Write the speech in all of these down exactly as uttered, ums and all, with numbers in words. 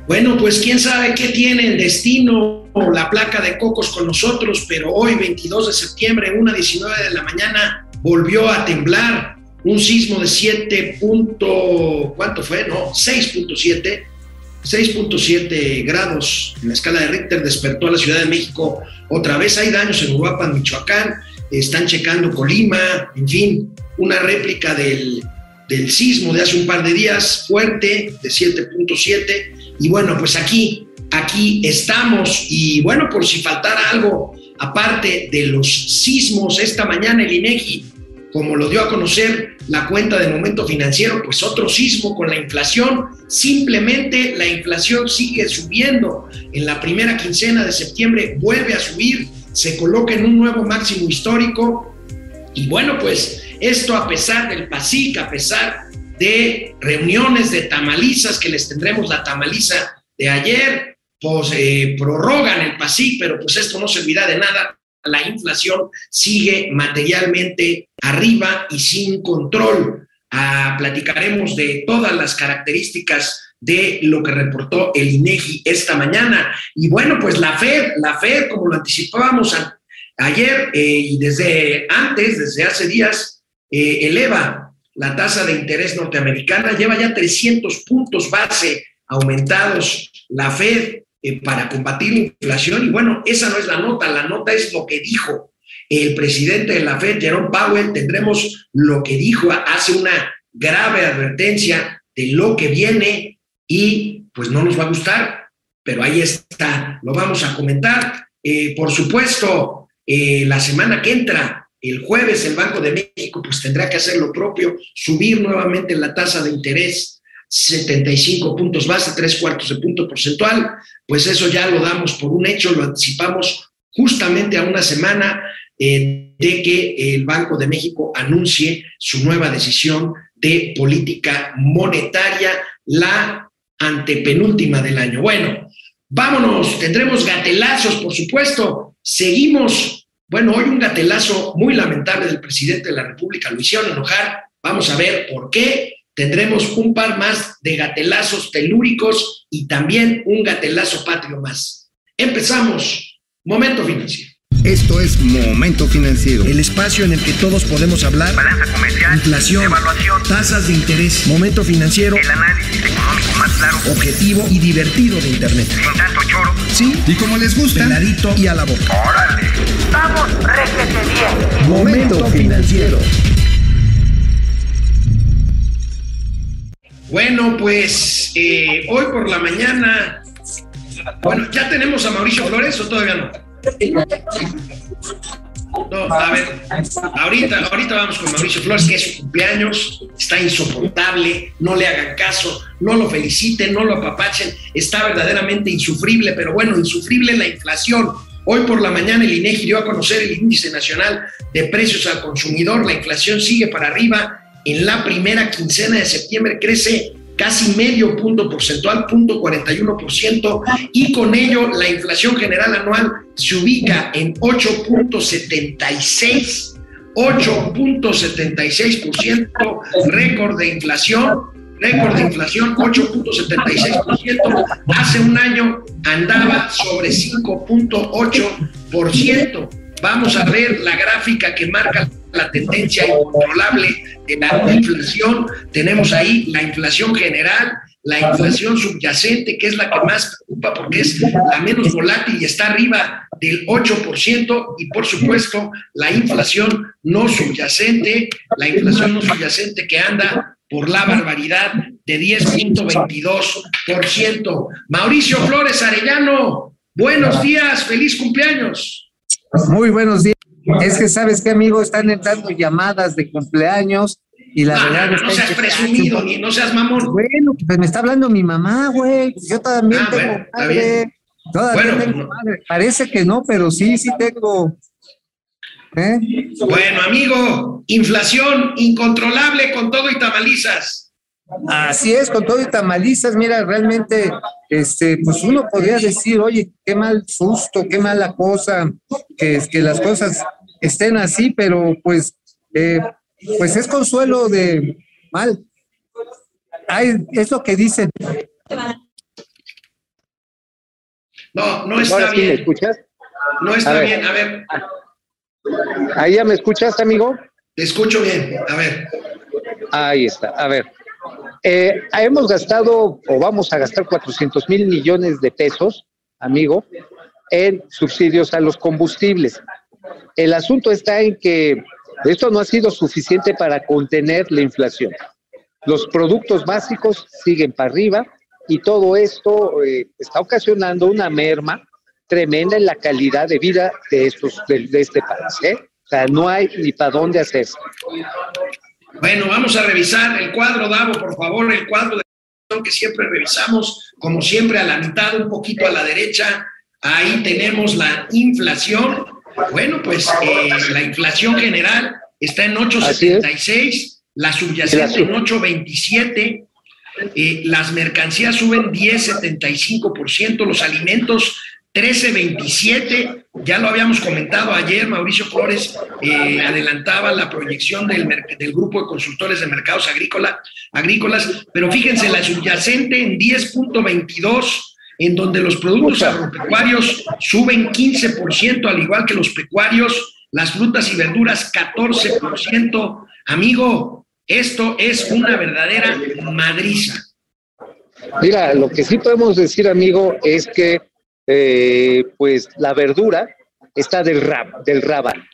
Bueno, pues quién sabe qué tiene el destino o la placa de Cocos con nosotros, pero hoy, veintidós de septiembre, una diecinueve de la mañana, volvió a temblar un sismo de siete. ¿Cuánto fue? No, seis punto siete. seis punto siete grados en la escala de Richter, despertó a la Ciudad de México otra vez. Hay daños en Uruapan, Michoacán, están checando Colima, en fin, una réplica del, del sismo de hace un par de días, fuerte, de siete punto siete. Y bueno, pues aquí, aquí estamos. Y bueno, por si faltara algo, aparte de los sismos, esta mañana el INEGI, como lo dio a conocer la cuenta de Momento Financiero, pues otro sismo con la inflación. Simplemente la inflación sigue subiendo. En la primera quincena de septiembre vuelve a subir, se coloca en un nuevo máximo histórico. Y bueno, pues esto a pesar del PASIC, a pesar de reuniones de tamalizas, que les tendremos la tamaliza de ayer, pues eh, prorrogan el PASIC, pero pues esto no servirá de nada. La inflación sigue materialmente arriba y sin control. Ah, platicaremos de todas las características de lo que reportó el INEGI esta mañana. Y bueno, pues la Fed, la Fed, como lo anticipábamos a, ayer eh, y desde antes, desde hace días, eh, eleva la tasa de interés norteamericana, lleva ya trescientos puntos base aumentados la Fed eh, para combatir la inflación. Y bueno, esa no es la nota, la nota es lo que dijo el presidente de la Fed, Jerome Powell. Tendremos lo que dijo, hace una grave advertencia de lo que viene y pues no nos va a gustar, pero ahí está, lo vamos a comentar. Eh, por supuesto, eh, la semana que entra, el jueves, el Banco de México pues tendrá que hacer lo propio, subir nuevamente la tasa de interés setenta y cinco puntos base, tres cuartos de punto porcentual. Pues eso ya lo damos por un hecho, lo anticipamos justamente a una semana eh, de que el Banco de México anuncie su nueva decisión de política monetaria, la antepenúltima del año. Bueno, vámonos, tendremos gatelazos, por supuesto, seguimos. Bueno, hoy un gatelazo muy lamentable del presidente de la República, lo hicieron enojar, vamos a ver por qué. Tendremos un par más de gatelazos telúricos y también un gatelazo patrio más. Empezamos, Momento Financiero. Esto es Momento Financiero, el espacio en el que todos podemos hablar. Balanza comercial, inflación, evaluación, tasas de interés. Momento Financiero, el análisis económico más claro, objetivo y divertido de Internet. sin tanto choro. Sí, y como les gusta, peladito y a la boca. ¡Órale! ¡Vamos, réjete bien! Momento Financiero. Bueno, pues eh, hoy por la mañana, bueno, ¿ya tenemos a Mauricio Flores o todavía no? No, a ver, ahorita, ahorita vamos con Mauricio Flores, que es su cumpleaños, está insoportable, no le hagan caso, no lo feliciten, no lo apapachen, está verdaderamente insufrible, pero bueno, insufrible la inflación. Hoy por la mañana el INEGI dio a conocer el índice nacional de precios al consumidor, la inflación sigue para arriba, en la primera quincena de septiembre crece casi medio punto porcentual, punto cuarenta y uno por ciento, y con ello la inflación general anual se ubica en ocho punto setenta y seis, ocho punto setenta y seis por ciento, récord de inflación, récord de inflación, ocho punto setenta y seis por ciento, hace un año andaba sobre cinco punto ocho por ciento. Vamos a ver la gráfica que marca la tendencia incontrolable de la inflación. Tenemos ahí la inflación general, la inflación subyacente, que es la que más preocupa porque es la menos volátil y está arriba del ocho por ciento, y por supuesto la inflación no subyacente, la inflación no subyacente que anda por la barbaridad de diez punto veintidós por ciento. Mauricio Flores Arellano, buenos días, feliz cumpleaños. Muy buenos días. Es que, ¿sabes qué, amigo? Están entrando llamadas de cumpleaños y la no, verdad no, es no que... seas presumido, ni no seas mamón. Bueno, pues me está hablando mi mamá, güey. Yo también Ah, tengo bueno, madre. Todavía bueno, tengo no. madre. Parece que no, pero sí, sí tengo. ¿Eh? Bueno, amigo, inflación incontrolable con todo y tamalizas. Así es, con todo y tamalizas, mira, realmente, este, pues uno podría decir, oye, qué mal susto, qué mala cosa, que, que las cosas estén así, pero pues, eh, pues es consuelo de mal. Ay, es lo que dicen. No, no está ¿Ahora sí bien. me escuchas? No está A ver. bien. A ver, ¿Ahí ya me escuchas, amigo? te escucho bien. A ver. Ahí está, a ver. Eh, hemos gastado o vamos a gastar cuatrocientos mil millones de pesos, amigo, en subsidios a los combustibles. El asunto está en que esto no ha sido suficiente para contener la inflación. Los productos básicos siguen para arriba y todo esto eh, está ocasionando una merma tremenda en la calidad de vida de, estos, de, de este país, ¿eh? O sea, no hay ni para dónde hacerse. Bueno, vamos a revisar el cuadro, Davo, por favor, el cuadro de que siempre revisamos, como siempre, a la mitad, un poquito a la derecha. Ahí tenemos la inflación. Bueno, pues eh, la inflación general está en ocho setenta y seis, la subyacente en ocho veintisiete, eh, las mercancías suben diez setenta y cinco por ciento, los alimentos trece veintisiete, ya lo habíamos comentado ayer, Mauricio Flores eh, adelantaba la proyección del, del grupo de consultores de mercados agrícola, agrícolas, pero fíjense, la subyacente en diez punto veintidós, en donde los productos agropecuarios suben quince por ciento, al igual que los pecuarios, las frutas y verduras catorce por ciento. Amigo, esto es una verdadera madriza. Mira, lo que sí podemos decir, amigo, es que Eh, pues la verdura está del, rab, del rábano,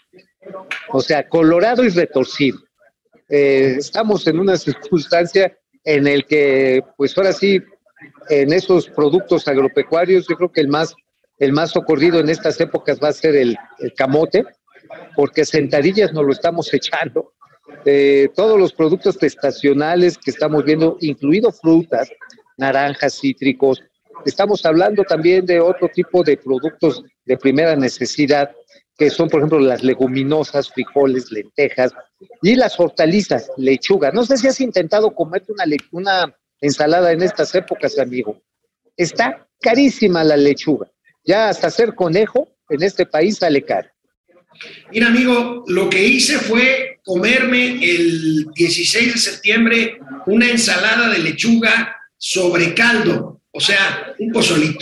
o sea, colorado y retorcido. Eh, estamos en una circunstancia en el que, pues ahora sí, en esos productos agropecuarios, yo creo que el más, el más socorrido en estas épocas va a ser el, el camote, porque sentadillas nos lo estamos echando. Eh, todos los productos estacionales que estamos viendo, incluido frutas, naranjas, cítricos. Estamos hablando también de otro tipo de productos de primera necesidad, que son, por ejemplo, las leguminosas, frijoles, lentejas, y las hortalizas, lechuga. No sé si has intentado comerte una, una ensalada en estas épocas, amigo. Está carísima la lechuga. Ya hasta hacer conejo en este país sale caro. Mira, amigo, lo que hice fue comerme el dieciséis de septiembre una ensalada de lechuga sobre caldo. O sea, un pozolito.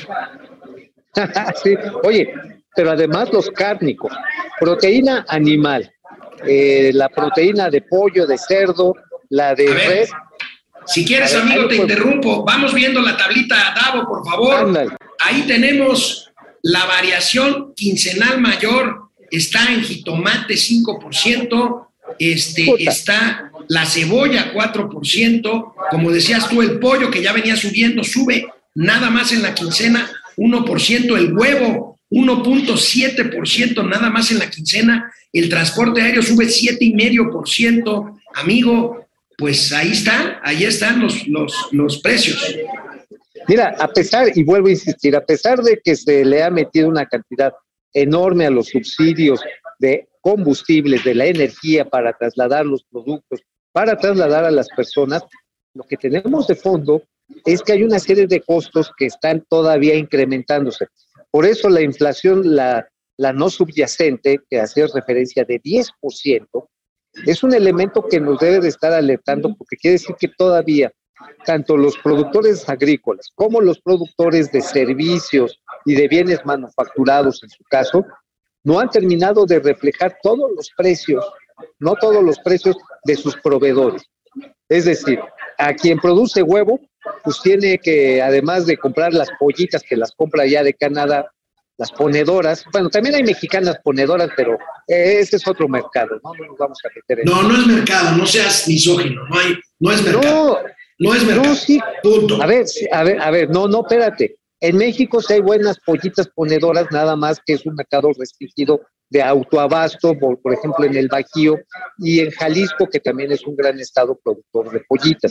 Sí, oye, pero además los cárnicos, proteína animal, eh, la proteína de pollo, de cerdo, la de res. Si quieres, ver, amigo, te pues, interrumpo. Vamos viendo la tablita, Davo, por favor. Ándale. Ahí tenemos la variación quincenal mayor, está en jitomate cinco por ciento, este, Puta. está la cebolla cuatro por ciento, como decías tú, el pollo que ya venía subiendo, sube nada más en la quincena uno por ciento, el huevo uno punto siete por ciento nada más en la quincena, el transporte aéreo sube siete coma cinco por ciento, amigo, pues ahí está, ahí están los, los, los precios. Mira, a pesar, y vuelvo a insistir, a pesar de que se le ha metido una cantidad enorme a los subsidios de combustibles, de la energía para trasladar los productos, para trasladar a las personas, lo que tenemos de fondo es que hay una serie de costos que están todavía incrementándose. Por eso la inflación, la, la no subyacente, que hacía referencia de diez por ciento, es un elemento que nos debe de estar alertando, porque quiere decir que todavía tanto los productores agrícolas como los productores de servicios y de bienes manufacturados, en su caso, no han terminado de reflejar todos los precios, no todos los precios de sus proveedores. Es decir, a quien produce huevo, pues tiene que, además de comprar las pollitas que las compra allá de Canadá, las ponedoras, bueno, también hay mexicanas ponedoras, pero ese es otro mercado, ¿no? No nos vamos a meter en No, no es mercado, no seas misógino, no hay, no es mercado. No, no es mercado, no, sí. Punto. A ver, a ver, a ver, no, no, espérate. En México sí hay buenas pollitas ponedoras, nada más que es un mercado restringido de autoabasto, por, por ejemplo en el Bajío, y en Jalisco, que también es un gran estado productor de pollitas.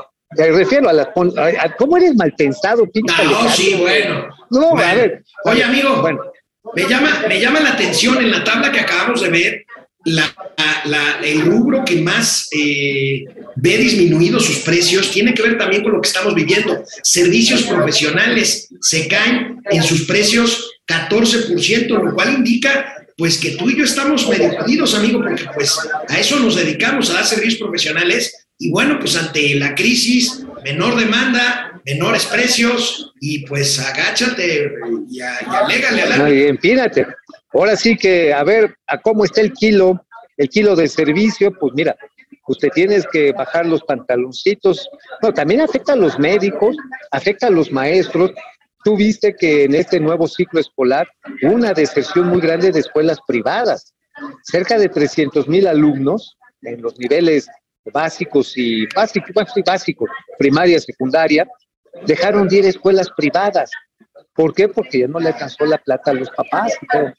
Me refiero a las... A, a, ¿Cómo eres mal pensado? No, no sí, bueno. No, bueno. a ver. Oye, amigo, bueno. me, llama, me llama la atención en la tabla que acabamos de ver, la, la, el rubro que más eh, ve disminuidos sus precios tiene que ver también con lo que estamos viviendo. Servicios profesionales se caen en sus precios catorce por ciento, lo cual indica pues que tú y yo estamos medio jodidos, amigo, porque pues a eso nos dedicamos, a dar servicios profesionales, y bueno, pues ante la crisis, menor demanda, menores precios y pues agáchate y, a, y alégale al No, y empínate. Ahora sí que, a ver, a cómo está el kilo, el kilo de servicio, pues mira, usted tienes que bajar los pantaloncitos. No, también afecta a los médicos, afecta a los maestros. Tú viste que en este nuevo ciclo escolar hubo una deserción muy grande de escuelas privadas. Cerca de trescientos mil alumnos en los niveles básicos y básicos, básicos, primaria, secundaria, dejaron de ir a escuelas privadas. ¿Por qué? Porque ya no le alcanzó la plata a los papás.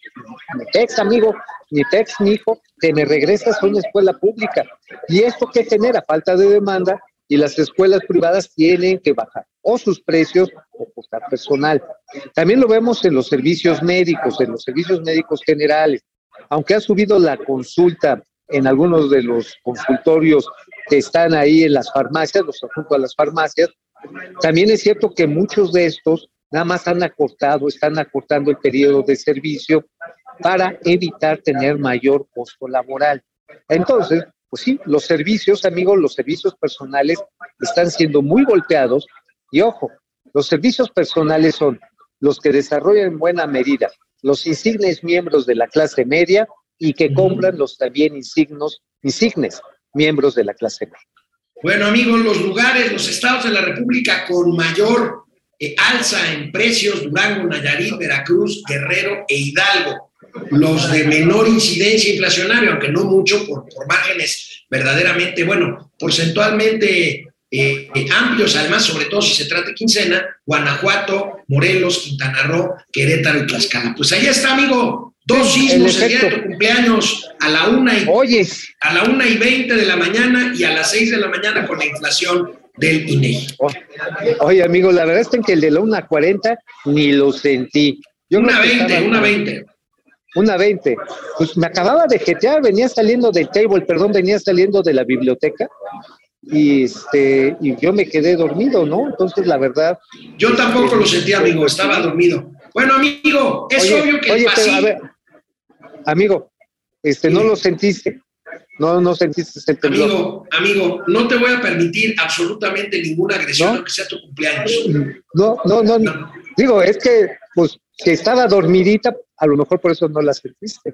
Ni pex, amigo, ni pex, mi hijo, te me regresas a una escuela pública. ¿Y esto qué genera? Falta de demanda, y las escuelas privadas tienen que bajar o sus precios o costar personal. También lo vemos en los servicios médicos, en los servicios médicos generales. Aunque ha subido la consulta en algunos de los consultorios que están ahí en las farmacias, los junto a las farmacias, también es cierto que muchos de estos nada más han acortado, están acortando el periodo de servicio para evitar tener mayor costo laboral. Entonces, pues sí, los servicios, amigos, los servicios personales están siendo muy golpeados y ojo, los servicios personales son los que desarrollan en buena medida los insignes miembros de la clase media y que compran los también insignos, insignes miembros de la clase media. Bueno, amigos, los lugares, los estados de la República con mayor eh, alza en precios, Durango, Nayarit, Veracruz, Guerrero e Hidalgo. Los de menor incidencia inflacionaria, aunque no mucho, por, por márgenes verdaderamente, bueno, porcentualmente eh, eh, amplios, además, sobre todo si se trata de quincena, Guanajuato, Morelos, Quintana Roo, Querétaro y Tlaxcala. Pues ahí está, amigo, dos sismos el día de tu cumpleaños, a la una y, Oyes. a la una y veinte de la mañana y a las seis de la mañana con la inflación del I N E G I. Oye, amigo, la verdad es que el de la una cuarenta ni lo sentí. Yo una veinte, una veinte. Una veinte. Pues me acababa de jetear, venía saliendo del table, perdón, venía saliendo de la biblioteca y este y yo me quedé dormido, ¿no? Entonces, la verdad... Yo tampoco lo sentí, amigo, estaba dormido. Bueno, amigo, es oye, obvio que oye, el pasillo... a ver, amigo, este, ¿no lo sentiste? No, no sentiste el temblor. Amigo, amigo, no te voy a permitir absolutamente ninguna agresión, ¿No? aunque sea tu cumpleaños. No, no, no, no. Digo, es que, pues, que estaba dormidita, a lo mejor por eso no la sentiste.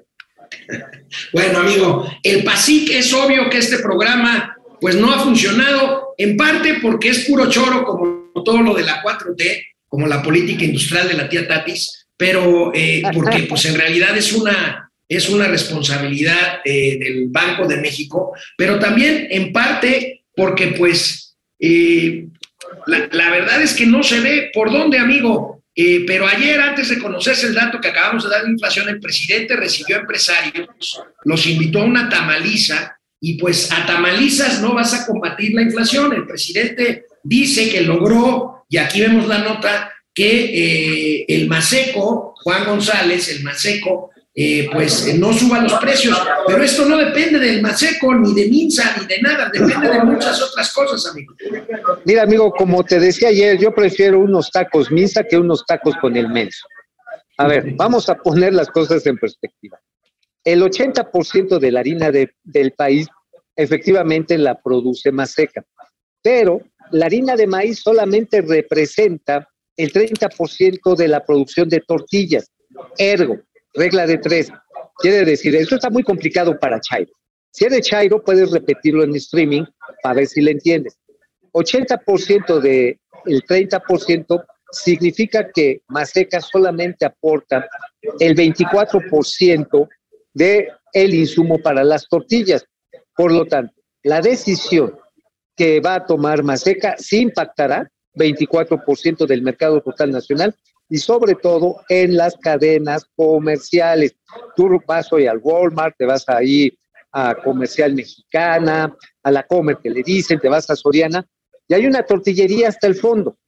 Bueno, amigo, el PASIC es obvio que este programa pues no ha funcionado, en parte porque es puro choro, como todo lo de la cuatro T, como la política industrial de la tía Tatis, pero eh, porque pues en realidad es una, es una responsabilidad eh, del Banco de México, pero también en parte porque pues eh, la, la verdad es que no se ve por dónde, amigo. Eh, pero ayer, antes de conocerse el dato que acabamos de dar de inflación, el presidente recibió a empresarios, los invitó a una tamaliza, y pues a tamalizas no vas a combatir la inflación. El presidente dice que logró, y aquí vemos la nota, que eh, el Maseco, Juan González, el Maseco, eh, pues eh, no suba los precios, pero esto no depende del Maseco, ni de Minsa, ni de nada, depende de muchas otras cosas, amigo. Mira, amigo, como te decía ayer, yo prefiero unos tacos Minsa que unos tacos con el menso. A ver, vamos a poner las cosas en perspectiva. El ochenta por ciento de la harina de, del país efectivamente la produce Maseca, pero la harina de maíz solamente representa el treinta por ciento de la producción de tortillas. Ergo, regla de tres, quiere decir, esto está muy complicado para Chairo. Si eres Chairo, puedes repetirlo en streaming para ver si le entiendes. ochenta por ciento de el treinta por ciento significa que Maseca solamente aporta el veinticuatro por ciento de el insumo para las tortillas. Por lo tanto, la decisión que va a tomar Maseca sí impactará veinticuatro por ciento del mercado total nacional y sobre todo en las cadenas comerciales. Tú vas hoy al Walmart, te vas ahí a Comercial Mexicana, a la Comer que le dicen, te vas a Soriana, y hay una tortillería hasta el fondo.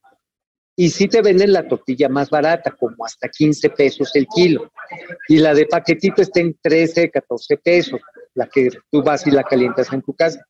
Y sí te venden la tortilla más barata, como hasta quince pesos el kilo. Y la de paquetito está en trece, catorce pesos, la que tú vas y la calientas en tu casa.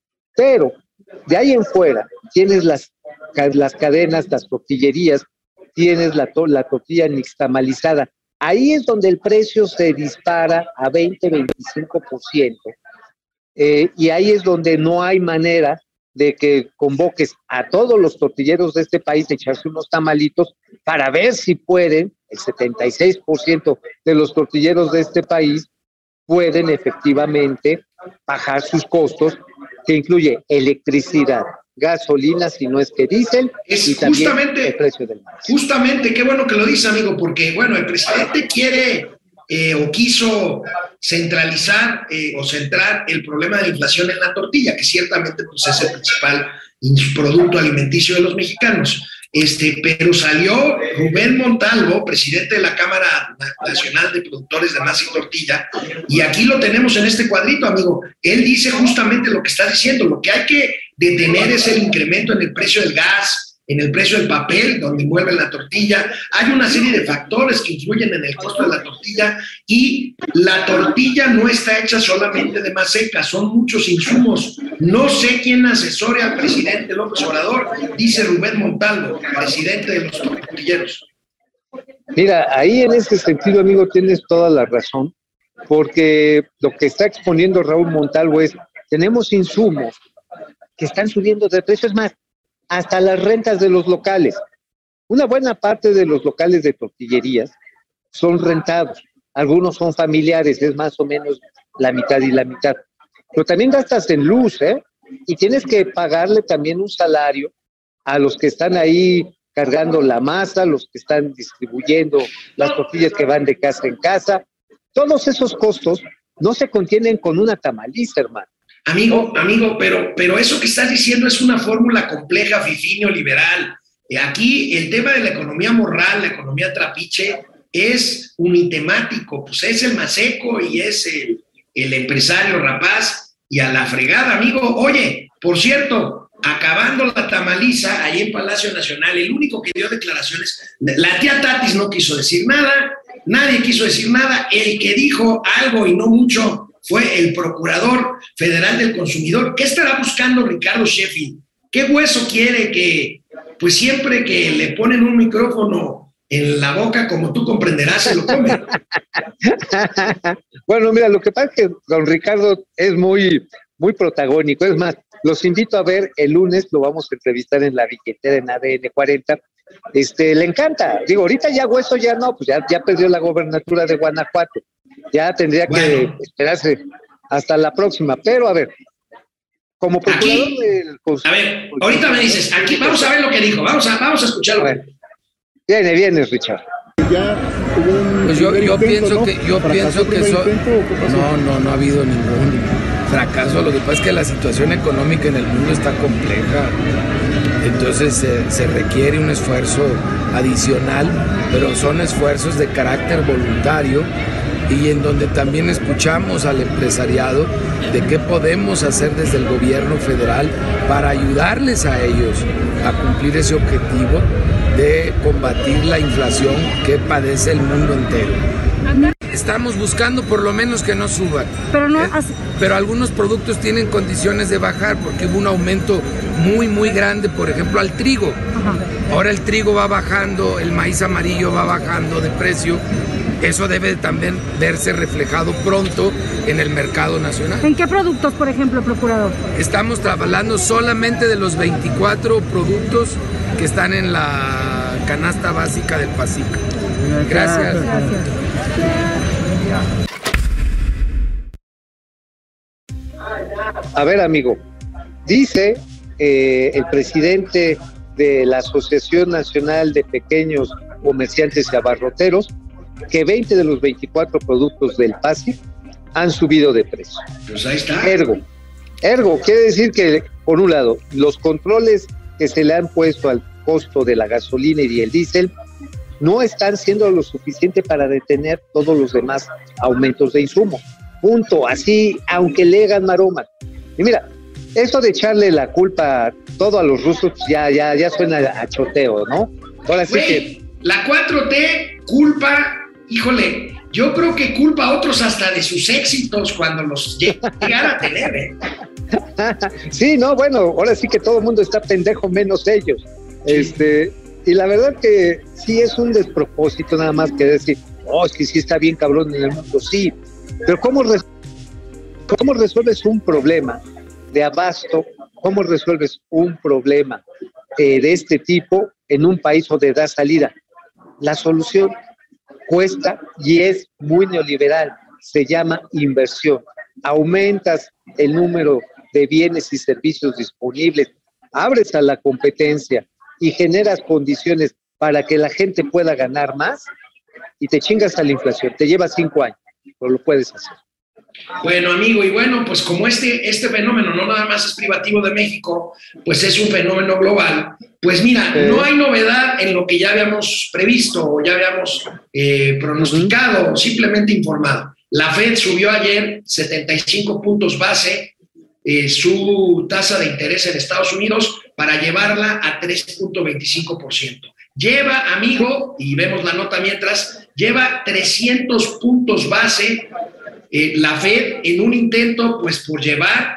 Pero de ahí en fuera tienes las, las cadenas, las tortillerías, tienes la, la tortilla nixtamalizada. Ahí es donde el precio se dispara a veinte, veinticinco por ciento. Eh, y ahí es donde no hay manera de que convoques a todos los tortilleros de este país a echarse unos tamalitos para ver si pueden, el setenta y seis por ciento de los tortilleros de este país pueden efectivamente bajar sus costos, que incluye electricidad, gasolina, si no es que diésel, es y también justamente, el precio del maíz. Justamente, qué bueno que lo dice, amigo, porque, bueno, el presidente quiere eh, o quiso centralizar eh, o centrar el problema de la inflación en la tortilla, que ciertamente pues, es el principal producto alimenticio de los mexicanos. Este, pero salió Rubén Montalvo, presidente de la Cámara Nacional de Productores de Masa y Tortilla, y aquí lo tenemos en este cuadrito, amigo. Él dice justamente lo que está diciendo: lo que hay que detener es el incremento en el precio del gas, en el precio del papel, donde envuelven la tortilla. Hay una serie de factores que influyen en el costo de la tortilla, y la tortilla no está hecha solamente de maseca, son muchos insumos. No sé quién asesore al presidente López Obrador, dice Rubén Montalvo, presidente de los tortilleros. Mira, ahí en ese sentido, amigo, tienes toda la razón, porque lo que está exponiendo Raúl Montalvo es, tenemos insumos que están subiendo de precio, es más, hasta las rentas de los locales. Una buena parte de los locales de tortillerías son rentados, algunos son familiares, es más o menos la mitad y la mitad. Pero también gastas en luz, ¿eh? Y tienes que pagarle también un salario a los que están ahí cargando la masa, los que están distribuyendo las tortillas que van de casa en casa. Todos esos costos no se contienen con una tamaliza, hermano. Amigo, amigo, pero, pero eso que estás diciendo es una fórmula compleja, fifí, neoliberal. Aquí el tema de la economía morral, la economía trapiche, es unitemático, pues es el maseco y es el, el empresario rapaz, y a la fregada, amigo. Oye, por cierto, acabando la tamaliza, ahí en Palacio Nacional, el único que dio declaraciones, la tía Tatis no quiso decir nada, nadie quiso decir nada, el que dijo algo y no mucho fue el Procurador Federal del Consumidor. ¿Qué estará buscando Ricardo Sheffield? ¿Qué hueso quiere que, pues siempre que le ponen un micrófono en la boca, como tú comprenderás, se lo come? Bueno, mira, lo que pasa es que don Ricardo es muy, muy protagónico. Es más, los invito a ver el lunes, lo vamos a entrevistar en la billetera en A D N cuarenta. Este, le encanta. Digo, ahorita ya hueso ya no, pues ya, ya perdió la gobernatura de Guanajuato. Ya tendría Bueno. que esperarse hasta la próxima. Pero a ver, como procurador Aquí, del a ver, ahorita me dices, aquí vamos a ver lo que dijo, vamos a, vamos a escucharlo. A ver, viene, viene, Richard. Pues yo, yo pienso que yo pienso que eso no, no, no ha habido ningún fracaso. Lo que pasa es que la situación económica en el mundo está compleja. Entonces se, se requiere un esfuerzo adicional, pero son esfuerzos de carácter voluntario, y en donde también escuchamos al empresariado de qué podemos hacer desde el gobierno federal para ayudarles a ellos a cumplir ese objetivo de combatir la inflación que padece el mundo entero. Estamos buscando por lo menos que no suban, pero, no, ¿eh? Pero algunos productos tienen condiciones de bajar porque hubo un aumento muy muy grande, por ejemplo al trigo. Ajá. Ahora el trigo va bajando, el maíz amarillo va bajando de precio. Eso debe también verse reflejado pronto en el mercado nacional. ¿En qué productos, por ejemplo, procurador? Estamos hablando solamente de los veinticuatro productos que están en la canasta básica del PASIC. Gracias. Gracias. A ver, amigo, dice eh, el presidente de la Asociación Nacional de Pequeños Comerciantes y Abarroteros que veinte de los veinticuatro productos del PASIC han subido de precio. Pues ahí está. Ergo, ergo, quiere decir que, por un lado, los controles que se le han puesto al costo de la gasolina y el diésel no están siendo lo suficiente para detener todos los demás aumentos de insumos. Punto. Así, aunque le hagan maroma. Y mira, esto de echarle la culpa todo a los rusos ya, ya, ya suena a choteo, ¿no? Ahora sí que... La cuatro T culpa, híjole, yo creo que culpa a otros hasta de sus éxitos cuando los llegara a tener, ¿eh? Sí, no, bueno, ahora sí que todo el mundo está pendejo menos ellos. Sí. Este, y la verdad que sí es un despropósito nada más que decir, oh, es que sí está bien cabrón en el mundo, sí. Pero ¿cómo, res- cómo resuelves un problema de abasto ¿Cómo resuelves un problema eh, de este tipo en un país donde da salida? La solución cuesta y es muy neoliberal, se llama inversión. Aumentas el número de bienes y servicios disponibles, abres a la competencia y generas condiciones para que la gente pueda ganar más y te chingas a la inflación. Te lleva cinco años, pero lo puedes hacer. Bueno, amigo, y bueno, pues como este, este fenómeno no nada más es privativo de México, pues es un fenómeno global, pues mira, eh. no hay novedad en lo que ya habíamos previsto o ya habíamos eh, pronosticado, uh-huh. simplemente informado. La Fed subió ayer setenta y cinco puntos base eh, su tasa de interés en Estados Unidos para llevarla a tres punto veinticinco por ciento. Lleva, amigo, y vemos la nota mientras, lleva trescientos puntos base eh, la Fed en un intento, pues, por llevar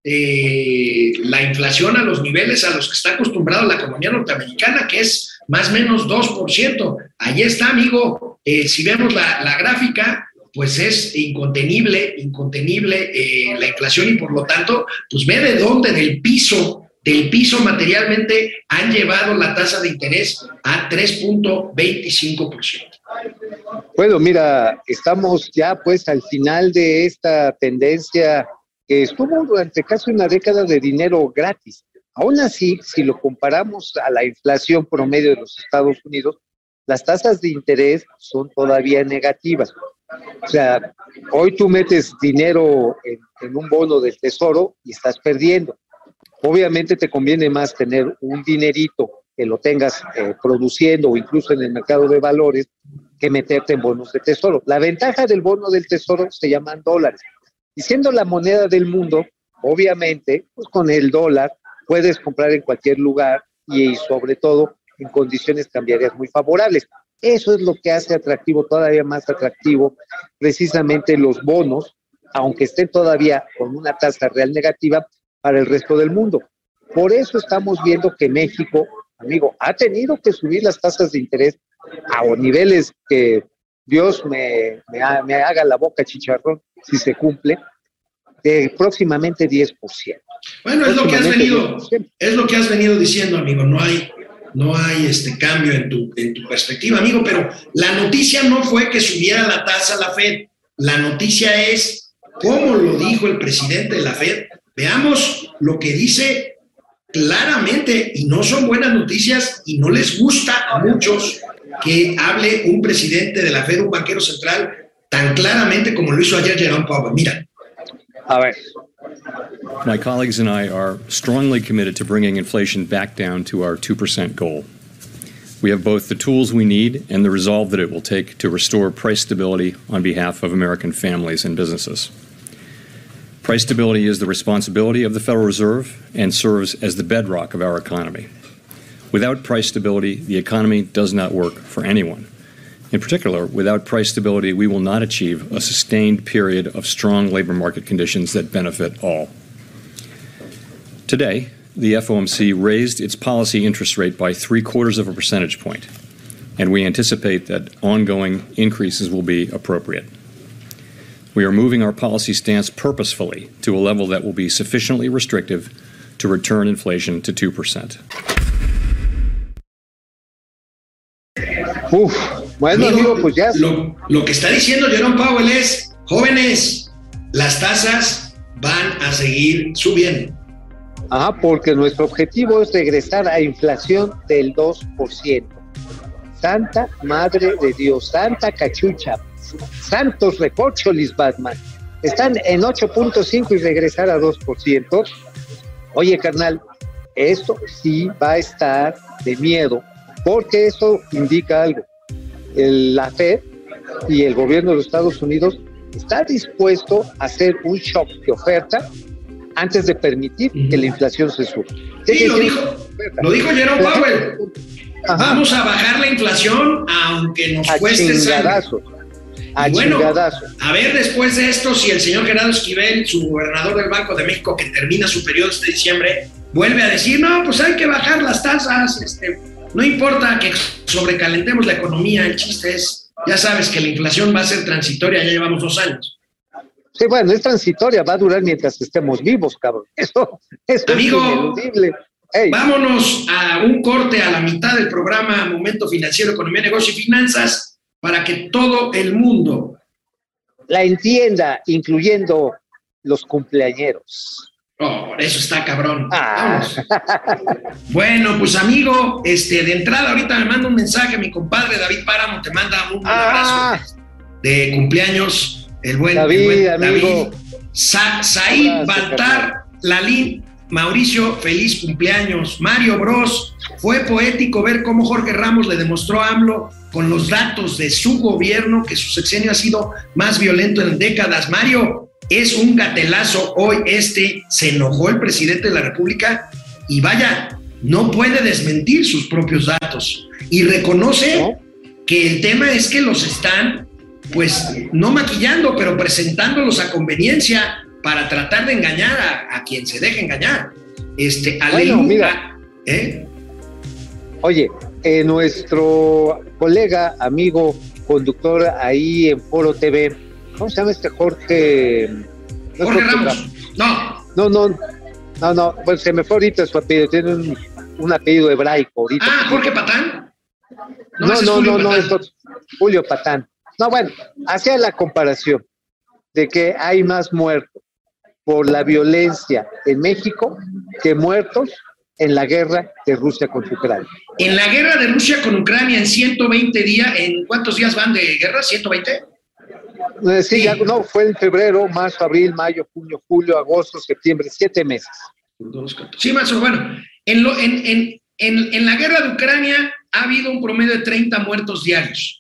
eh, la inflación a los niveles a los que está acostumbrada la economía norteamericana, que es más o menos dos por ciento. Ahí está, amigo. Eh, si vemos la, la gráfica, pues es incontenible, incontenible eh, la inflación y por lo tanto, pues ve de dónde del piso, del piso materialmente han llevado la tasa de interés a tres punto veinticinco por ciento. Bueno, mira, estamos ya pues al final de esta tendencia que estuvo durante casi una década de dinero gratis. Aún así, si lo comparamos a la inflación promedio de los Estados Unidos, las tasas de interés son todavía negativas. O sea, hoy tú metes dinero en, en un bono del tesoro y estás perdiendo. Obviamente te conviene más tener un dinerito que lo tengas eh, produciendo o incluso en el mercado de valores que meterte en bonos de tesoro. La ventaja del bono del tesoro se llaman dólares. Y siendo la moneda del mundo, obviamente, pues con el dólar puedes comprar en cualquier lugar y sobre todo en condiciones cambiarias muy favorables. Eso es lo que hace atractivo, todavía más atractivo, precisamente los bonos, aunque estén todavía con una tasa real negativa para el resto del mundo. Por eso estamos viendo que México, amigo, ha tenido que subir las tasas de interés a niveles que Dios me, me, ha, me haga la boca chicharrón si se cumple, de próximamente diez por ciento. Bueno, es lo que has venido, es lo que has venido diciendo, amigo, no hay... No hay este cambio en tu, en tu perspectiva, amigo, pero la noticia no fue que subiera la tasa la Fed. La noticia es cómo lo dijo el presidente de la Fed. Veamos lo que dice claramente, y no son buenas noticias, y no les gusta a muchos que hable un presidente de la Fed, un banquero central, tan claramente como lo hizo ayer Jerome Powell. Mira. A ver. My colleagues and I are strongly committed to bringing inflation back down to our two percent goal. We have both the tools we need and the resolve that it will take to restore price stability on behalf of American families and businesses. Price stability is the responsibility of the Federal Reserve and serves as the bedrock of our economy. Without price stability, the economy does not work for anyone. In particular, without price stability, we will not achieve a sustained period of strong labor market conditions that benefit all. Today, the F O M C raised its policy interest rate by three quarters of a percentage point, and we anticipate that ongoing increases will be appropriate. We are moving our policy stance purposefully to a level that will be sufficiently restrictive to return inflation to two percent. Uf, bueno, amigo, amigo, pues ya. Lo, lo que está diciendo Jerome Powell es, jóvenes, las tasas van a seguir subiendo. Ajá, porque nuestro objetivo es regresar a inflación del dos por ciento. Santa Madre de Dios, Santa Cachucha, Santos Recorcholis Batman. Están en ocho punto cinco y regresar a dos por ciento. Oye, carnal, esto sí va a estar de miedo, porque eso indica algo. El, la Fed y el gobierno de los Estados Unidos está dispuesto a hacer un shock de oferta antes de permitir uh-huh. que la inflación se suba. Sí, lo dijo, lo dijo Jerome Powell. Ajá. Vamos a bajar la inflación aunque nos a cueste sangre. A bueno, chingadazo. A ver después de esto si el señor Gerardo Esquivel, su gobernador del Banco de México, que termina su periodo este diciembre, vuelve a decir, no, pues hay que bajar las tasas, este, no importa que sobrecalentemos la economía, el chiste es, ya sabes que la inflación va a ser transitoria, ya llevamos dos años. Sí, bueno, es transitoria, va a durar mientras estemos vivos, cabrón. Eso, eso Amigo, es ineludible. Hey. Vámonos a un corte a la mitad del programa Momento Financiero, Economía, Negocio y Finanzas para que todo el mundo la entienda, incluyendo los cumpleañeros. Oh, eso está cabrón. Ah. Vamos. Bueno, pues amigo, este, de entrada ahorita me manda un mensaje, mi compadre David Páramo te manda un ah. abrazo de cumpleaños, el buen David, el buen amigo. David. Sa Said abrazo, Baltar, Lalín, Mauricio, feliz cumpleaños. Mario Bros, fue poético ver cómo Jorge Ramos le demostró a AMLO con los datos de su gobierno que su sexenio ha sido más violento en décadas. Mario, es un gatelazo hoy este, se enojó el presidente de la República y vaya, no puede desmentir sus propios datos y reconoce ¿no? que el tema es que los están, pues, no maquillando, pero presentándolos a conveniencia para tratar de engañar a, a quien se deje engañar. Este, bueno, mira, ¿eh? Oye, eh, nuestro colega, amigo, conductor ahí en Foro T V, ¿cómo se llama este Jorge? No Jorge Ramos. No. No, no, no, no, pues se me fue ahorita su apellido, tiene un, un apellido hebraico ahorita. Ah, Jorge Patán. No, no, no, no, no, es Julio Patán. No, bueno, hacía la comparación de que hay más muertos por la violencia en México que muertos en la guerra de Rusia contra Ucrania. En la guerra de Rusia con Ucrania en ciento veinte días, ¿en cuántos días van de guerra? ¿ciento veinte? Sí, sí. Ya, no, fue en febrero, marzo, abril, mayo, junio, julio, agosto, septiembre, siete meses. Sí, más o menos. Bueno, en, lo, en, en, en, en la guerra de Ucrania ha habido un promedio de treinta muertos diarios.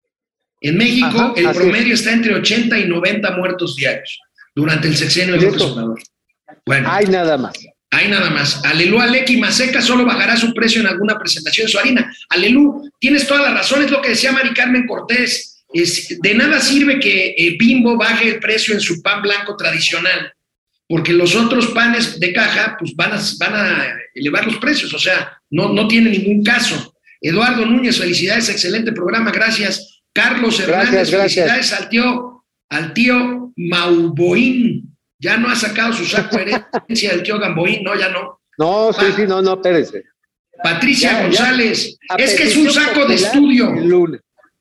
En México, ajá, el promedio es. está entre ochenta y noventa muertos diarios durante el sexenio de López Obrador. Bueno, hay nada más. Hay nada más. Alelú Alequi Maseca solo bajará su precio en alguna presentación de su harina. Alelú, tienes toda la razón, es lo que decía Mari Carmen Cortés. Es, de nada sirve que eh, Bimbo baje el precio en su pan blanco tradicional, porque los otros panes de caja pues van a, van a elevar los precios, o sea, no, no tiene ningún caso. Eduardo Núñez, felicidades, excelente programa, gracias. Carlos Hernández, gracias, gracias. felicidades al tío, al tío Mauboín. Ya no ha sacado su saco de herencia del tío Gamboín, no, ya no. No, sí, sí, no, no, espérese. Patricia ya, González, ya. Es que es un saco de estudio. Lunes.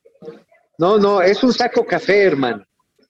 No, no, es un saco café, hermano.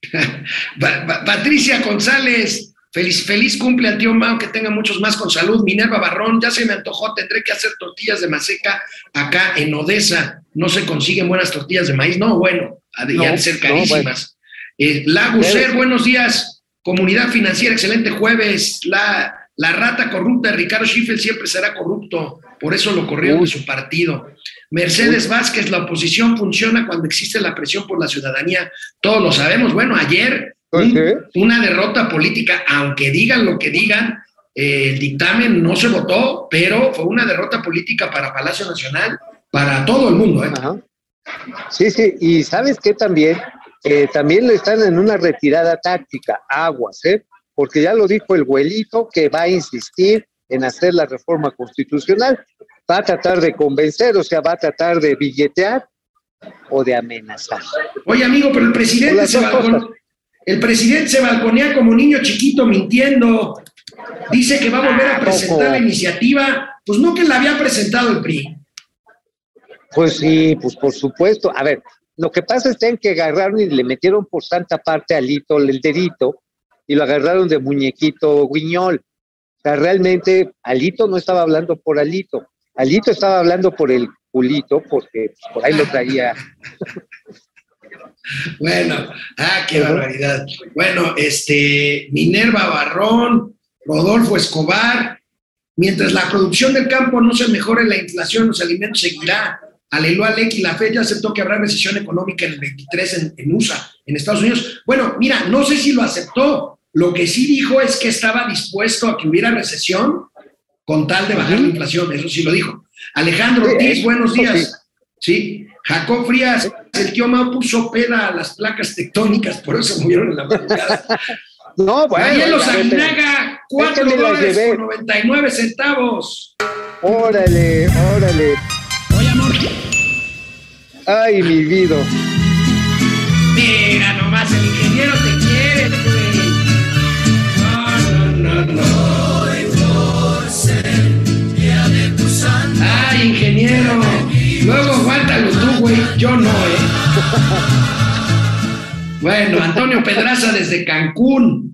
Patricia González, feliz, feliz cumple al tío Mao, que tenga muchos más con salud. Minerva Barrón, ya se me antojó, tendré que hacer tortillas de maseca acá en Odessa. No se consiguen buenas tortillas de maíz, no, bueno, han no, de ser carísimas. No, bueno. eh, Laguser, buenos días. Comunidad Financiera, excelente jueves. La, la rata corrupta de Ricardo Schiffel siempre será corrupto, por eso lo corrieron de su partido. Mercedes Vázquez, la oposición funciona cuando existe la presión por la ciudadanía, todos lo sabemos. Bueno, ayer un, una derrota política, aunque digan lo que digan, eh, el dictamen no se votó, pero fue una derrota política para Palacio Nacional, para todo el mundo. ¿eh? Ajá. Sí, sí, y ¿sabes qué también? Eh, también están en una retirada táctica, aguas, ¿eh? Porque ya lo dijo el güelito que va a insistir en hacer la reforma constitucional, va a tratar de convencer, o sea, va a tratar de billetear o de amenazar. Oye, amigo, pero el presidente se balcon... el presidente se balconea como niño chiquito mintiendo, dice que va a volver a presentar ah, la iniciativa, pues no que la había presentado el P R I. Pues sí, pues por supuesto, a ver, lo que pasa es que agarraron y le metieron por tanta parte a Alito el dedito y lo agarraron de muñequito guiñol. O sea, realmente Alito no estaba hablando por Alito. Alito estaba hablando por el culito porque pues, por ahí lo traía. Bueno, ah, qué barbaridad. Bueno, este, Minerva Barrón, Rodolfo Escobar, mientras la producción del campo no se mejore, la inflación, los alimentos seguirá. Alelú Alequi, la Fed ya aceptó que habrá recesión económica en el veintitrés en, en U S A, en Estados Unidos. Bueno, mira, no sé si lo aceptó. Lo que sí dijo es que estaba dispuesto a que hubiera recesión con tal de bajar la inflación. Eso sí lo dijo. Alejandro Ortiz, sí, buenos días. Sí. sí. Jacob Frías, el tío Mao puso peda a las placas tectónicas, por eso se movieron en la madrugada. No, bueno. Marielos Aguinaga, cuatro dólares con noventa y nueve centavos. Órale, órale. Oye, amor. Ay, mi vida. Mira nomás, el ingeniero te quiere, güey. cántalo tú, güey, yo no, ¿eh? Bueno, Antonio Pedraza desde Cancún.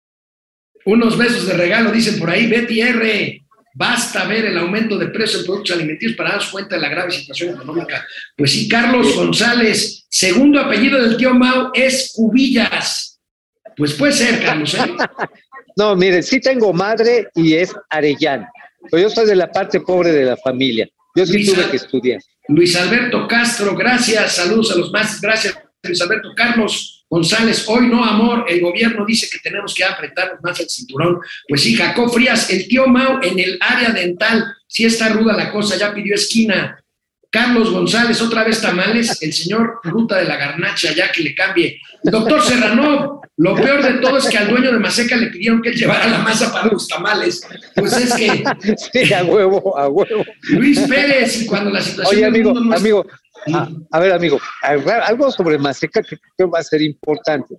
Unos besos de regalo, dicen por ahí. Betty R. Basta ver el aumento de precios en productos alimenticios para darnos cuenta de la grave situación económica. Pues sí, Carlos González, segundo apellido del tío Mau es Cubillas. Pues puede ser, Carlos, ¿eh? No, miren, sí tengo madre y es Arellano. Pero yo soy de la parte pobre de la familia. Yo sí Luis, tuve que estudiar. Luis Alberto Castro, gracias. Saludos a los más. Gracias, Luis Alberto. Carlos González, hoy no, amor. El gobierno dice que tenemos que apretarnos más el cinturón. Pues sí, Jacob Frías, el tío Mau en el área dental. Sí está ruda la cosa, ya pidió esquina. Carlos González, otra vez tamales. El señor Ruta de la Garnacha, ya que le cambie. Doctor Serrano, lo peor de todo es que al dueño de Maseca le pidieron que él llevara la masa para los tamales. Pues es que... Sí, a huevo, a huevo. Luis Pérez, y cuando la situación... Oye, amigo, no es... amigo, a, a ver, amigo, algo sobre Maseca que creo va a ser importante.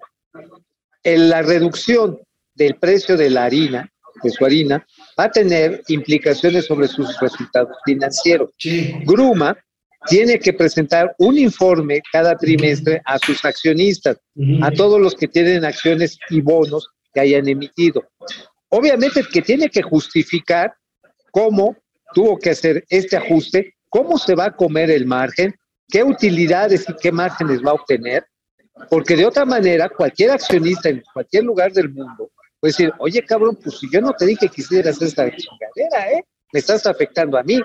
En la reducción del precio de la harina, de su harina, va a tener implicaciones sobre sus resultados financieros. Sí. Gruma tiene que presentar un informe cada trimestre a sus accionistas, uh-huh. a todos los que tienen acciones y bonos que hayan emitido. Obviamente que tiene que justificar cómo tuvo que hacer este ajuste, cómo se va a comer el margen, qué utilidades y qué márgenes va a obtener, porque de otra manera cualquier accionista en cualquier lugar del mundo puede decir, oye cabrón, pues si yo no te dije que hicieras esta chingadera, ¿eh? Me estás afectando a mí.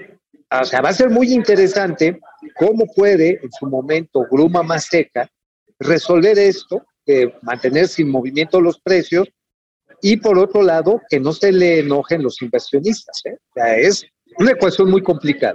O sea, va a ser muy interesante cómo puede en su momento Gruma Maseca resolver esto, eh, mantener sin movimiento los precios y por otro lado que no se le enojen los inversionistas, ¿eh? O sea, es una ecuación muy complicada.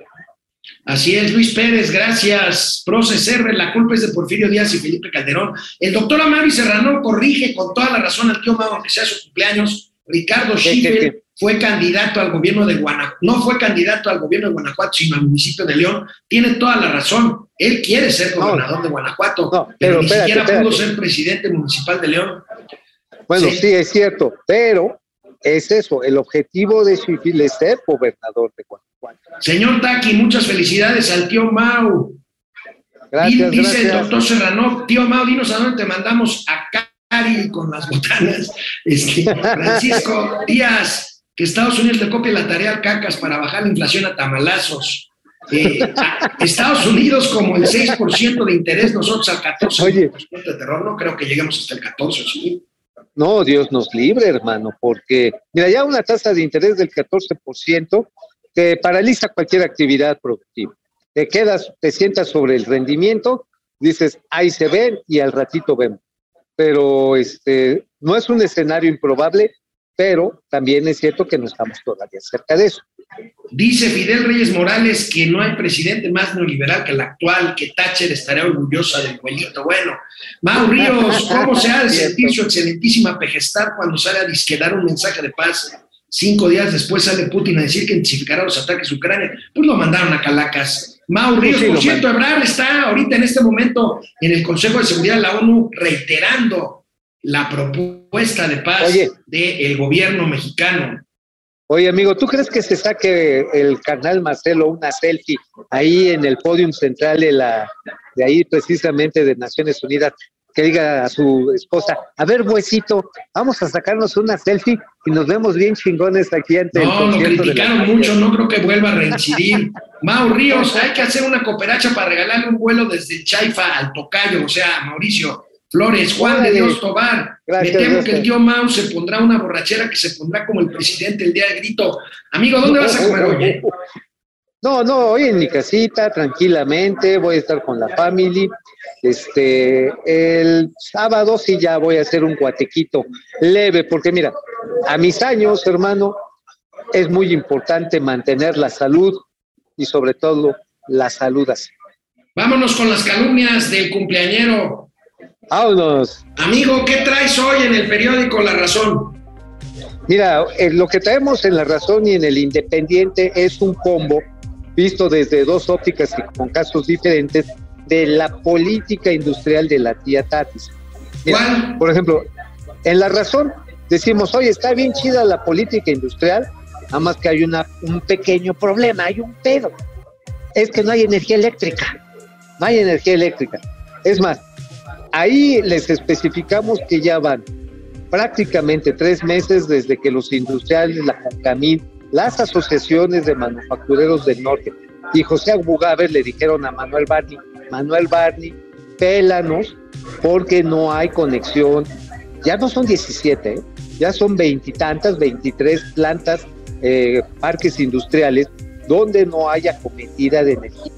Así es, Luis Pérez, gracias. Proces R, la culpa es de Porfirio Díaz y Felipe Calderón. El doctor Amari Serrano corrige con toda la razón al tío Mau, aunque sea su cumpleaños. Ricardo Schiffer fue candidato al gobierno de Guanajuato, no fue candidato al gobierno de Guanajuato, sino al municipio de León. Tiene toda la razón. Él quiere ser gobernador no, de Guanajuato, no, pero, pero ni espérate, siquiera espérate. pudo ser presidente municipal de León. Bueno, sí, sí es cierto, pero es eso, el objetivo de Schiffer es ser gobernador de Guanajuato. Señor Taki, muchas felicidades al tío Mau. Gracias, Dice gracias. el doctor Serrano, tío Mau, dinos a dónde te mandamos a Cari con las botanas. Este, Francisco Díaz, que Estados Unidos le copie la tarea al Cacas para bajar la inflación a tamalazos. Eh, a Estados Unidos como el seis por ciento de interés, nosotros al catorce por ciento. Oye, de terror, no creo que lleguemos hasta el catorce por ciento, ¿sí? No, Dios nos libre, hermano, porque mira, ya una tasa de interés del catorce por ciento te paraliza cualquier actividad productiva. Te quedas, te sientas sobre el rendimiento, dices, ahí se ven y al ratito vemos. Pero este, no es un escenario improbable, pero también es cierto que no estamos todavía cerca de eso. Dice Fidel Reyes Morales que no hay presidente más neoliberal que el actual, que Thatcher estaría orgullosa del abuelito. Bueno, Mau Ríos, ¿cómo se ha de sentir su excelentísima pejestad cuando sale a disquedar un mensaje de paz? Cinco días después sale Putin a decir que intensificará los ataques a Ucrania. Pues lo mandaron a Calacas. Mau Ríos, por cierto, Ebrard está ahorita en este momento en el Consejo de Seguridad de la ONU reiterando la propuesta de paz del gobierno mexicano. Oye, amigo, ¿tú crees que se saque el carnal Marcelo una selfie ahí en el podium central de la de ahí precisamente de Naciones Unidas, que diga a su esposa, a ver, huesito, vamos a sacarnos una selfie y nos vemos bien chingones aquí ante el No, lo criticaron mucho, no creo que vuelva a reincidir. Mau Ríos, hay que hacer una cooperacha para regalarle un vuelo desde Chaifa al Tocayo, o sea, Mauricio Flores, Juan de Dios Tobar. Gracias, Me temo gracias. que el tío Mau se pondrá una borrachera que se pondrá como el presidente el día del grito. Amigo, ¿dónde no, vas a comer hoy? Eh? No, no, hoy en mi casita, tranquilamente, voy a estar con la family. Este, el sábado sí ya voy a hacer un guatequito leve, porque mira, a mis años, hermano, es muy importante mantener la salud y sobre todo la salud así. Vámonos con las calumnias del cumpleañero. Vámonos. Amigo, ¿qué traes hoy en el periódico La Razón? Mira, eh, lo que traemos en La Razón y en el Independiente es un combo visto desde dos ópticas y con casos diferentes de la política industrial de la tía Tatis. Mira, ¿cuál? Por ejemplo, en La Razón decimos, oye, está bien chida la política industrial, nada más que hay una, un pequeño problema, hay un pedo. es que no hay energía eléctrica, no hay energía eléctrica. Es más, ahí les especificamos que ya van prácticamente tres meses desde que los industriales, la Concamín, las asociaciones de manufactureros del norte y José Abugaber le dijeron a Manuel Barney, Manuel Barney, pélanos porque no hay conexión. Ya no son diecisiete, ¿eh? Ya son veintitantas, veintitrés plantas, eh, parques industriales donde no haya acometida de energía.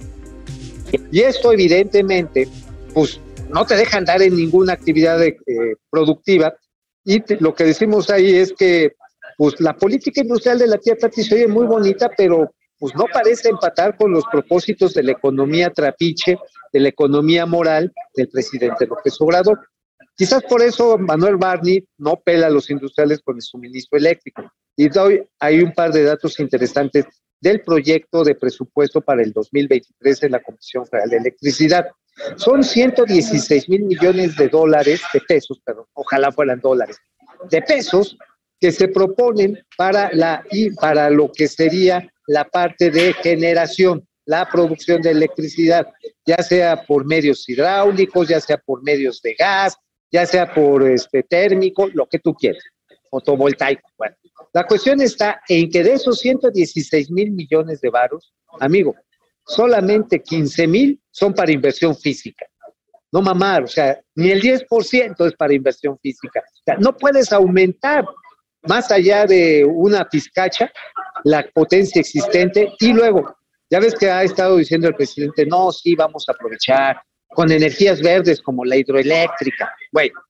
Y esto evidentemente, pues no te deja andar en ninguna actividad de, eh, productiva. Y te, lo que decimos ahí es que pues la política industrial de la tía Tati se oye muy bonita, pero pues no parece empatar con los propósitos de la economía trapiche, de la economía moral del presidente López Obrador. Quizás por eso Manuel Barney no pela a los industriales con el suministro eléctrico. Y doy hay un par de datos interesantes del proyecto de presupuesto para el dos mil veintitrés en la Comisión Federal de Electricidad. Son ciento dieciséis mil millones de dólares, de pesos, perdón, ojalá fueran dólares, de pesos que se proponen para, la, y para lo que sería la parte de generación, la producción de electricidad, ya sea por medios hidráulicos, ya sea por medios de gas, ya sea por este térmico, lo que tú quieras, fotovoltaico. Bueno, la cuestión está en que de esos ciento dieciséis mil millones de varos, amigo, solamente quince mil son para inversión física. No mamar, o sea, ni el diez por ciento es para inversión física. O sea, no puedes aumentar más allá de una pizcacha la potencia existente y luego, ya ves que ha estado diciendo el presidente, no, sí, vamos a aprovechar con energías verdes como la hidroeléctrica. Bueno,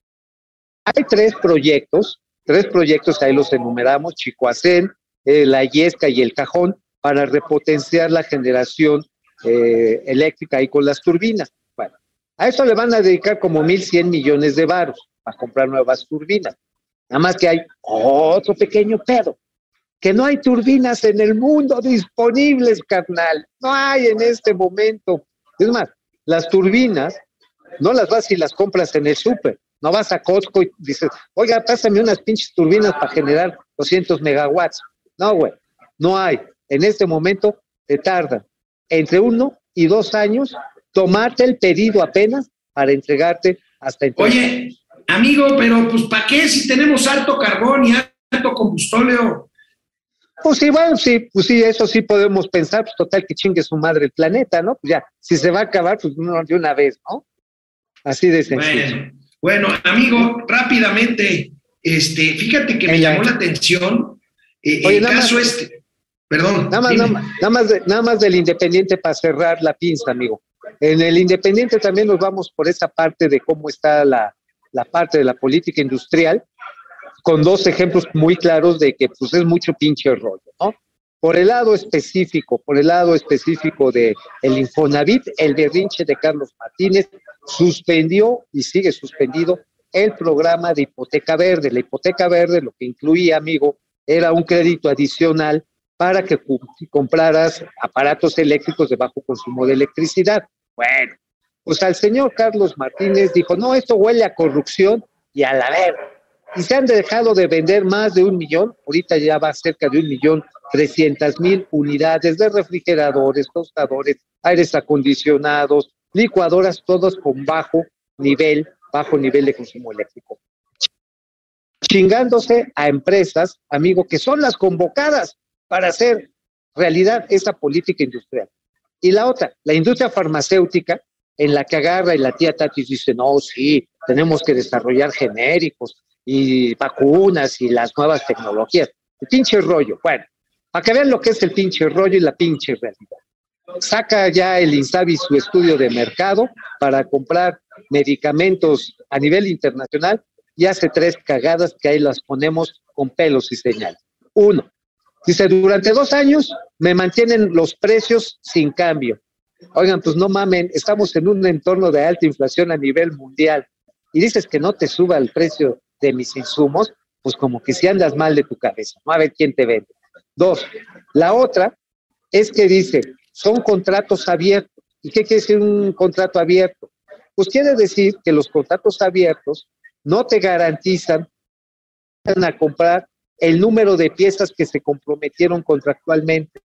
hay tres proyectos, tres proyectos, ahí los enumeramos, Chicoacén, eh, La Yesca y El Cajón, para repotenciar la generación eh, eléctrica ahí con las turbinas. Bueno, a eso le van a dedicar como mil cien millones de varos para comprar nuevas turbinas. Nada más que hay otro pequeño pedo, que no hay turbinas en el mundo disponibles, carnal. No hay en este momento. Es más, las turbinas no las vas y las compras en el súper. No vas a Costco y dices, oiga, pásame unas pinches turbinas para generar doscientos megawatts. No, güey, no hay. En este momento te tarda entre uno y dos años tomarte el pedido apenas para entregarte hasta entonces. Oye, amigo, pero pues ¿para qué si tenemos alto carbón y alto combustóleo? Pues sí, bueno, sí, pues sí, eso sí podemos pensar, pues total que chingue su madre el planeta, ¿no? Pues ya, si se va a acabar, pues no, de una vez, ¿no? Así de sencillo. Bueno, bueno, amigo, rápidamente, este, fíjate que me llamó la atención eh, Oye, el caso más, este, perdón. Nada más, nada más, nada, más de, nada más del Independiente para cerrar la pinza, amigo. En el Independiente también nos vamos por esa parte de cómo está la, la parte de la política industrial, con dos ejemplos muy claros de que pues es mucho pinche rollo, ¿no? Por el lado específico, por el lado específico de el Infonavit, el berrinche de Carlos Martínez suspendió y sigue suspendido el programa de hipoteca verde. La hipoteca verde lo que incluía, amigo, era un crédito adicional para que compraras aparatos eléctricos de bajo consumo de electricidad. Bueno, pues al señor Carlos Martínez dijo, no, esto huele a corrupción y a la verga. Y se han dejado de vender más de un millón, ahorita ya va cerca de un millón trescientas mil unidades de refrigeradores, tostadores, aires acondicionados, licuadoras, todos con bajo nivel, bajo nivel de consumo eléctrico. Chingándose a empresas, amigo, que son las convocadas para hacer realidad esa política industrial. Y la otra, la industria farmacéutica, en la que agarra y la tía Tati dice, no, sí, tenemos que desarrollar genéricos y vacunas y las nuevas tecnologías. El pinche rollo. Bueno, para que vean lo que es el pinche rollo y la pinche realidad. Saca ya el INSABI su estudio de mercado para comprar medicamentos a nivel internacional y hace tres cagadas que ahí las ponemos con pelos y señales. Uno, dice, durante dos años me mantienen los precios sin cambio. Oigan, pues no mamen, estamos en un entorno de alta inflación a nivel mundial y dices que no te suba el precio de mis insumos, pues como que si andas mal de tu cabeza, no a ver quién te vende. Dos, la otra es que dice, son contratos abiertos. ¿Y qué quiere decir un contrato abierto? Pues quiere decir que los contratos abiertos no te garantizan a comprar el número de piezas que se comprometieron contractualmente,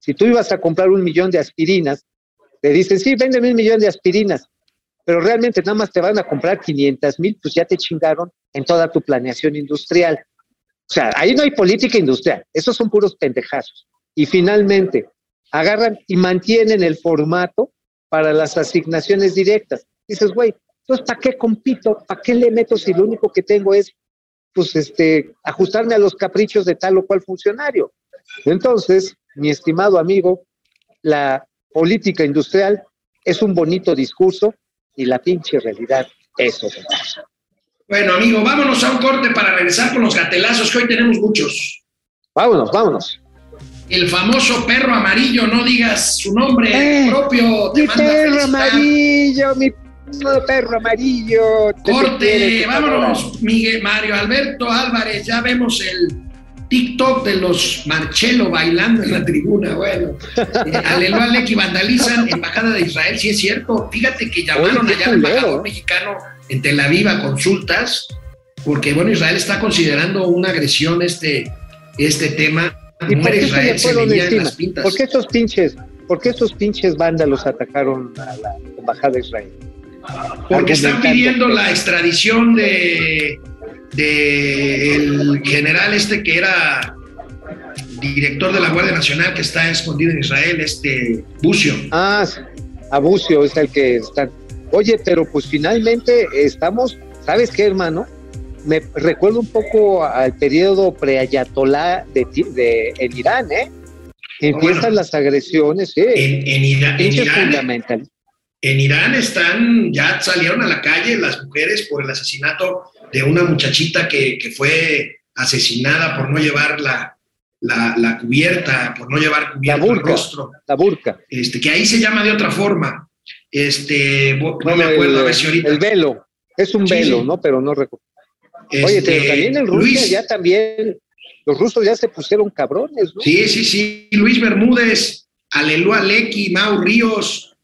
Si tú ibas a comprar un millón de aspirinas, te dicen, sí, véndeme un millón de aspirinas, pero realmente nada más te van a comprar quinientas mil, pues ya te chingaron en toda tu planeación industrial. O sea, ahí no hay política industrial, esos son puros pendejazos. Y finalmente, agarran y mantienen el formato para las asignaciones directas. Dices, güey, entonces, ¿para qué compito? ¿Para qué le meto si lo único que tengo es, pues, este, ajustarme a los caprichos de tal o cual funcionario? Entonces, mi estimado amigo, la política industrial es un bonito discurso y la pinche realidad es otra cosa. Bueno, amigo, vámonos a un corte para regresar con los gatelazos, que hoy tenemos muchos. Vámonos, vámonos. El famoso perro amarillo, no digas su nombre eh, propio. Te mi manda perro felicitar. amarillo, mi perro amarillo. Corte, vámonos, Miguel Mario Alberto Álvarez, ya vemos el TikTok de los Marcelo bailando en la tribuna. Bueno, eh, Aleluya Lecky vandalizan embajada de Israel, sí es cierto. Fíjate que llamaron Oye, allá al embajador mexicano en Tel Aviv a consultas, porque bueno, Israel está considerando una agresión este, este tema. ¿Y por qué Israel se se le veía en encima? las pintas. ¿Por qué estos pinches, por qué estos pinches vándalos atacaron a la embajada de Israel? Porque están pidiendo la extradición de, de el general este que era director de la Guardia Nacional, que está escondido en Israel, este Bucio. Ah, a Bucio es el que está. Oye, pero pues finalmente estamos, ¿sabes qué, hermano? Me recuerdo un poco al periodo pre-ayatolá de, de, en Irán, ¿eh? Empiezan bueno, las agresiones, ¿eh? En, en, Ira, en Irán. Fundamental. En Irán están, ya salieron a la calle las mujeres por el asesinato de una muchachita que, que fue asesinada por no llevar la, la, la cubierta, por no llevar cubierta el rostro. La burka. Este, que ahí se llama de otra forma. Este, no bueno, me acuerdo el, a ver si ahorita. El velo, es un sí, velo, sí. ¿no? Pero no recuerdo. Este, Oye, pero también en Rusia Luis, ya también, los rusos ya se pusieron cabrones, ¿no? Sí, sí, sí. Luis Bermúdez, Aleluya Lecky, Mau Ríos.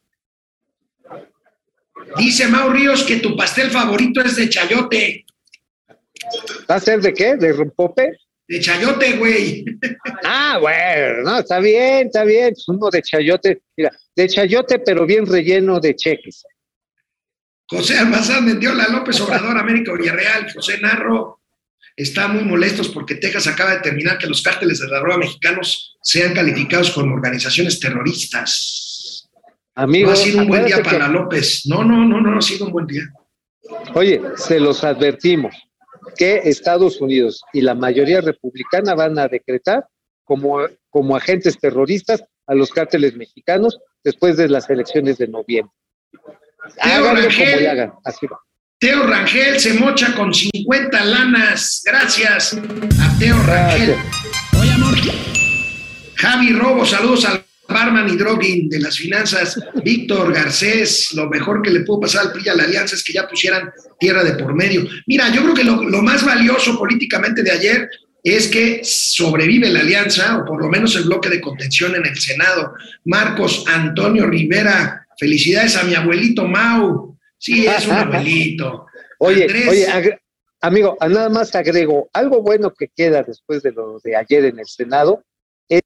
Dice Mau Ríos que tu pastel favorito es de chayote. ¿Va a ser de qué? ¿De rompope? De chayote, güey. Ah, bueno, no, está bien, está bien. Uno de chayote, mira, de chayote, pero bien relleno de cheques. José Almazán Mendiola, López Obrador, América Villarreal, José Narro, están muy molestos porque Texas acaba de determinar que los cárteles de la droga mexicanos sean calificados como organizaciones terroristas. Amigo, no ha sido un buen día que... para López. No, no, no, no ha sido un buen día. Oye, se los advertimos que Estados Unidos y la mayoría republicana van a decretar como, como agentes terroristas a los cárteles mexicanos después de las elecciones de noviembre. Teo Rangel, como le hagan. Así va. Teo Rangel se mocha con cincuenta lanas. Gracias a Teo Rangel. Oye, amor. Javi Robo, saludos al barman y droguín de las finanzas. Víctor Garcés, lo mejor que le pudo pasar al P R I y a la Alianza es que ya pusieran tierra de por medio. Mira, yo creo que lo, lo más valioso políticamente de ayer es que sobrevive la Alianza, o por lo menos el bloque de contención en el Senado. Marcos Antonio Rivera, felicidades a mi abuelito Mau. Sí, es un abuelito. Oye, Andrés, oye, ag- amigo, nada más agrego, algo bueno que queda después de lo de ayer en el Senado es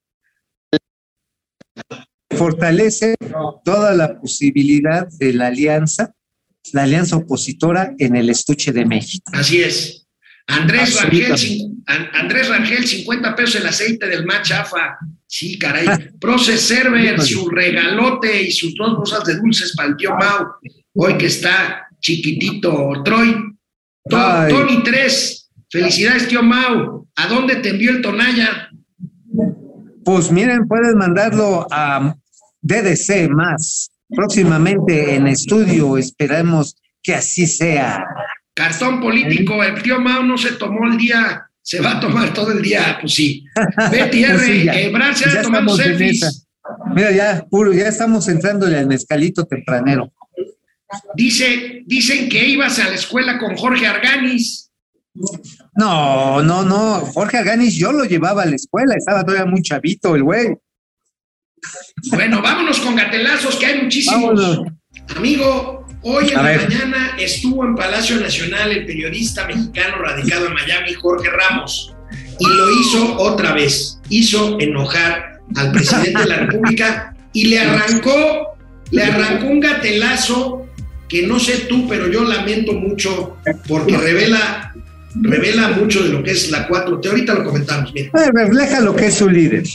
fortalece toda la posibilidad de la alianza, la alianza opositora en el estuche de México. Así es. Andrés Rangel, Andrés Rangel, cincuenta pesos el aceite del más chafa. Sí, caray. Proces Server, su regalote y sus dos bolsas de dulces para el tío Mau. Hoy que está chiquitito. Troy, to, Tony tres. Felicidades, tío Mau. ¿A dónde te envió el Tonaya? Pues miren, pueden mandarlo a D D C más. Próximamente en estudio, esperemos que así sea. Cartón político, el tío Mau no se tomó el día, se va a tomar todo el día, pues sí. Betty R, pues sí, eh, Brad se va tomando selfies. Mira, ya, puro, ya estamos entrándole al mezcalito tempranero. Dice, dicen que ibas a la escuela con Jorge Arganis. No, no, no, Jorge Arganis yo lo llevaba a la escuela, estaba todavía muy chavito el güey. Bueno, vámonos con gatelazos, que hay muchísimos. Vámonos. Amigo, hoy en a la ver. mañana estuvo en Palacio Nacional el periodista mexicano radicado en Miami, Jorge Ramos, y lo hizo otra vez, hizo enojar al presidente de la República y le arrancó, le arrancó un gatelazo que no sé tú, pero yo lamento mucho porque revela, revela mucho de lo que es la cuatro T. Ahorita lo comentamos. Mira. Refleja lo que es su líder.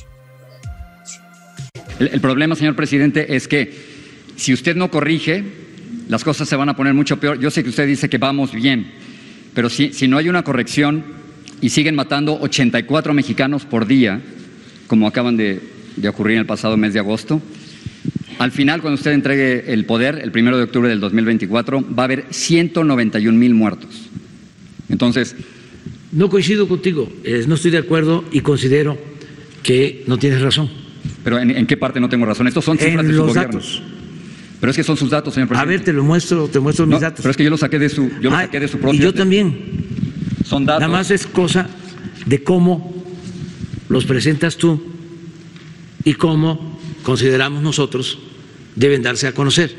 El, el problema, señor presidente, es que si usted no corrige, las cosas se van a poner mucho peor. Yo sé que usted dice que vamos bien, pero si, si no hay una corrección y siguen matando ochenta y cuatro mexicanos por día, como acaban de, de ocurrir en el pasado mes de agosto, al final, cuando usted entregue el poder, el primero de octubre del dos mil veinticuatro, va a haber ciento noventa y un mil muertos. Entonces... No coincido contigo, eh, no estoy de acuerdo y considero que no tienes razón. ¿Pero en, en qué parte no tengo razón? Estos son cifras en de su los gobierno. Datos. Pero es que son sus datos, señor presidente. A ver, te lo muestro, te muestro mis no, datos. Pero es que yo los saqué de su, yo los ah, saqué de su propio... Y yo también. Son datos. Nada más es cosa de cómo los presentas tú y cómo consideramos nosotros deben darse a conocer.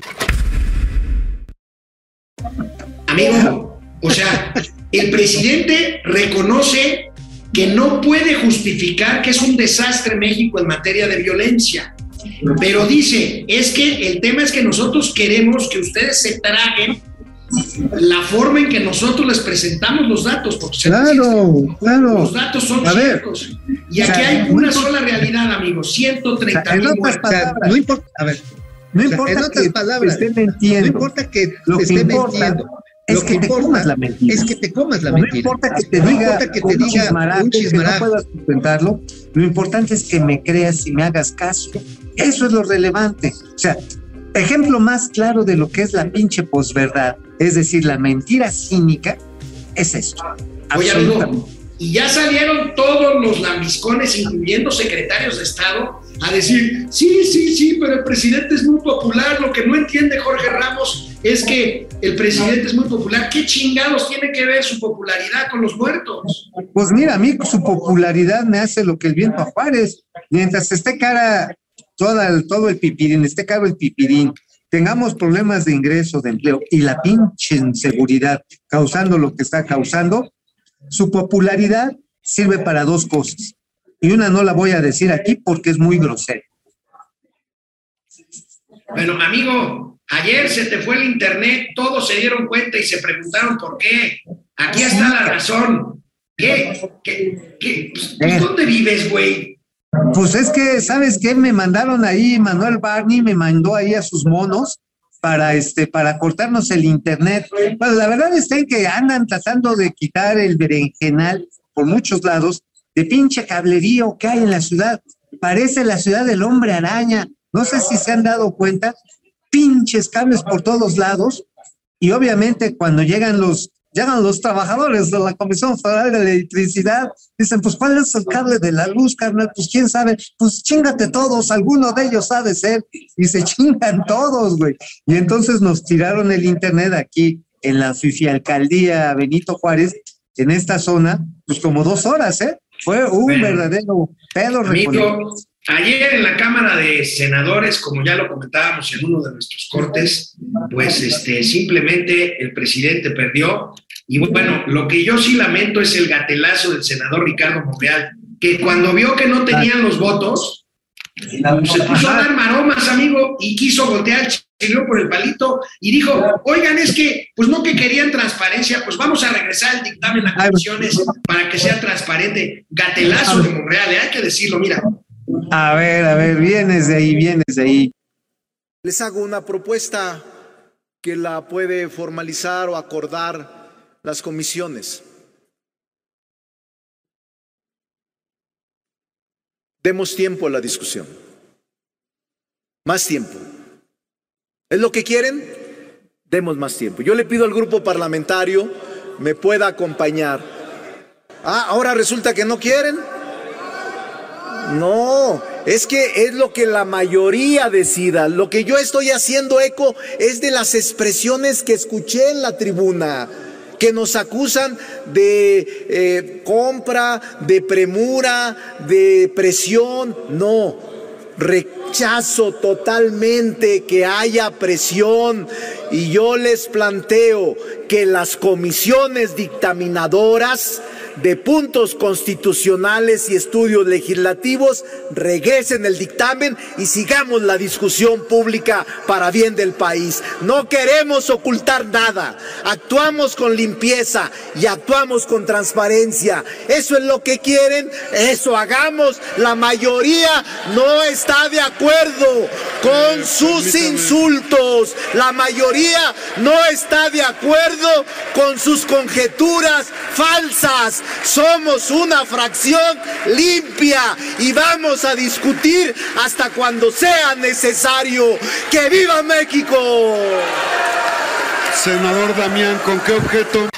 Amigo, o sea, el presidente reconoce que no puede justificar que es un desastre México en materia de violencia, pero dice, es que el tema es que nosotros queremos que ustedes se traguen la forma en que nosotros les presentamos los datos, porque claro, claro. Los datos son a ciertos. Ver, y aquí o sea, hay una sola realidad, amigos, ciento treinta mil muertos. No importa, a ver, no importa, o sea, en otras que palabras, esté mintiendo. No importa que lo que esté mintiendo. Es que, que te comas la mentira. Es que te comas la mentira. No importa que te no diga, importa que te un diga chismarajo, un chismarajo. Que no puedas sustentarlo. Lo importante es que me creas y me hagas caso. Eso es lo relevante. O sea, ejemplo más claro de lo que es la pinche posverdad, es decir, la mentira cínica, es esto. Oye, amigo, y ya salieron todos los lambiscones, incluyendo secretarios de Estado, a decir, sí, sí, sí, pero el presidente es muy popular. Lo que no entiende Jorge Ramos es que el presidente es muy popular. ¿Qué chingados tiene que ver su popularidad con los muertos? Pues mira, a mí su popularidad me hace lo que el viento a Juárez. Mientras esté cara toda el, todo el pipirín, esté caro el pipirín, tengamos problemas de ingreso, de empleo y la pinche inseguridad causando lo que está causando, su popularidad sirve para dos cosas. Y una no la voy a decir aquí porque es muy grosera. Bueno, amigo, ayer se te fue el internet, todos se dieron cuenta y se preguntaron por qué. Aquí está la razón. ¿Qué? ¿Qué? ¿Qué? Pues, ¿dónde vives, güey? Pues es que, ¿sabes qué? Me mandaron ahí, Manuel Barney me mandó ahí a sus monos para este, para cortarnos el internet. Bueno, la verdad está en que andan tratando de quitar el berenjenal por muchos lados de pinche cablerío que hay en la ciudad. Parece la ciudad del hombre araña. No sé si se han dado cuenta, pinches cables por todos lados, y obviamente cuando llegan los, llegan los trabajadores de la Comisión Federal de Electricidad, dicen, pues, ¿cuál es el cable de la luz, carnal? Pues, ¿quién sabe? Pues, chíngate todos, alguno de ellos ha de ser, y se chingan todos, güey. Y entonces nos tiraron el internet aquí, en la Alcaldía Benito Juárez, en esta zona, pues como dos horas, ¿eh? Fue un bueno, verdadero pedo. Amigo, ayer en la Cámara de Senadores, como ya lo comentábamos en uno de nuestros cortes, pues este, simplemente el presidente perdió. Y bueno, lo que yo sí lamento es el gatelazo del senador Ricardo Monreal, que cuando vio que no tenían los votos, pues se puso a dar maromas, amigo, y quiso voltear el chileo por el palito y dijo, oigan, es que, pues no que querían transparencia, pues vamos a regresar el dictamen a comisiones para que sea transparente. Gatelazo de Monreal, ¿eh? Hay que decirlo, mira. A ver, a ver, vienes de ahí, vienes de ahí. Les hago una propuesta que la puede formalizar o acordar las comisiones. Demos tiempo a la discusión. Más tiempo. ¿Es lo que quieren? Demos más tiempo. Yo le pido al grupo parlamentario me pueda acompañar. Ah, ahora resulta que no quieren. No, es que es lo que la mayoría decida. Lo que yo estoy haciendo eco es de las expresiones que escuché en la tribuna, que nos acusan de eh, compra, de premura, de presión. No, rechazo totalmente que haya presión, y yo les planteo que las comisiones dictaminadoras de puntos constitucionales y estudios legislativos, regresen el dictamen y sigamos la discusión pública para bien del país. No queremos ocultar nada, actuamos con limpieza y actuamos con transparencia. Eso es lo que quieren, eso hagamos. La mayoría no está de acuerdo con sus insultos, la mayoría no está de acuerdo con sus conjeturas falsas. Somos una fracción limpia y vamos a discutir hasta cuando sea necesario. ¡Que viva México! Senador Damián, ¿con qué objeto?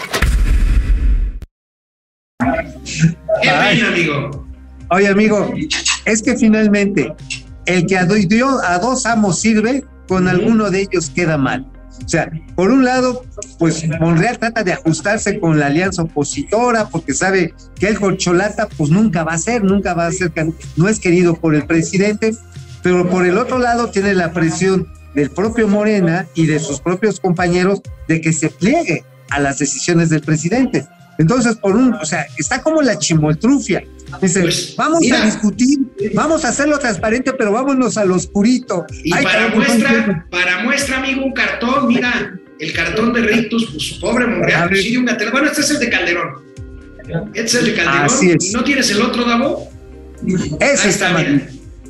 ¿Qué pena, amigo? Oye, amigo, es que finalmente el que a do- a dos amos sirve, con alguno de ellos queda mal. O sea, por un lado, pues Monreal trata de ajustarse con la alianza opositora porque sabe que el corcholata pues nunca va a ser, nunca va a ser, no es querido por el presidente, pero por el otro lado tiene la presión del propio Morena y de sus propios compañeros de que se pliegue a las decisiones del presidente. Entonces, por un, o sea, está como la chimoltrufia. Dice, pues, vamos mira, a discutir, vamos a hacerlo transparente, pero vámonos al oscurito. Y Ay, para muestra, para muestra, amigo, un cartón, mira, el cartón de Ritus, pues pobre Monreal, pues sí, un gatero. Bueno, este es el de Calderón. Este es el de Calderón. Así es. ¿Y no tienes el otro, Davo? Ese está mal.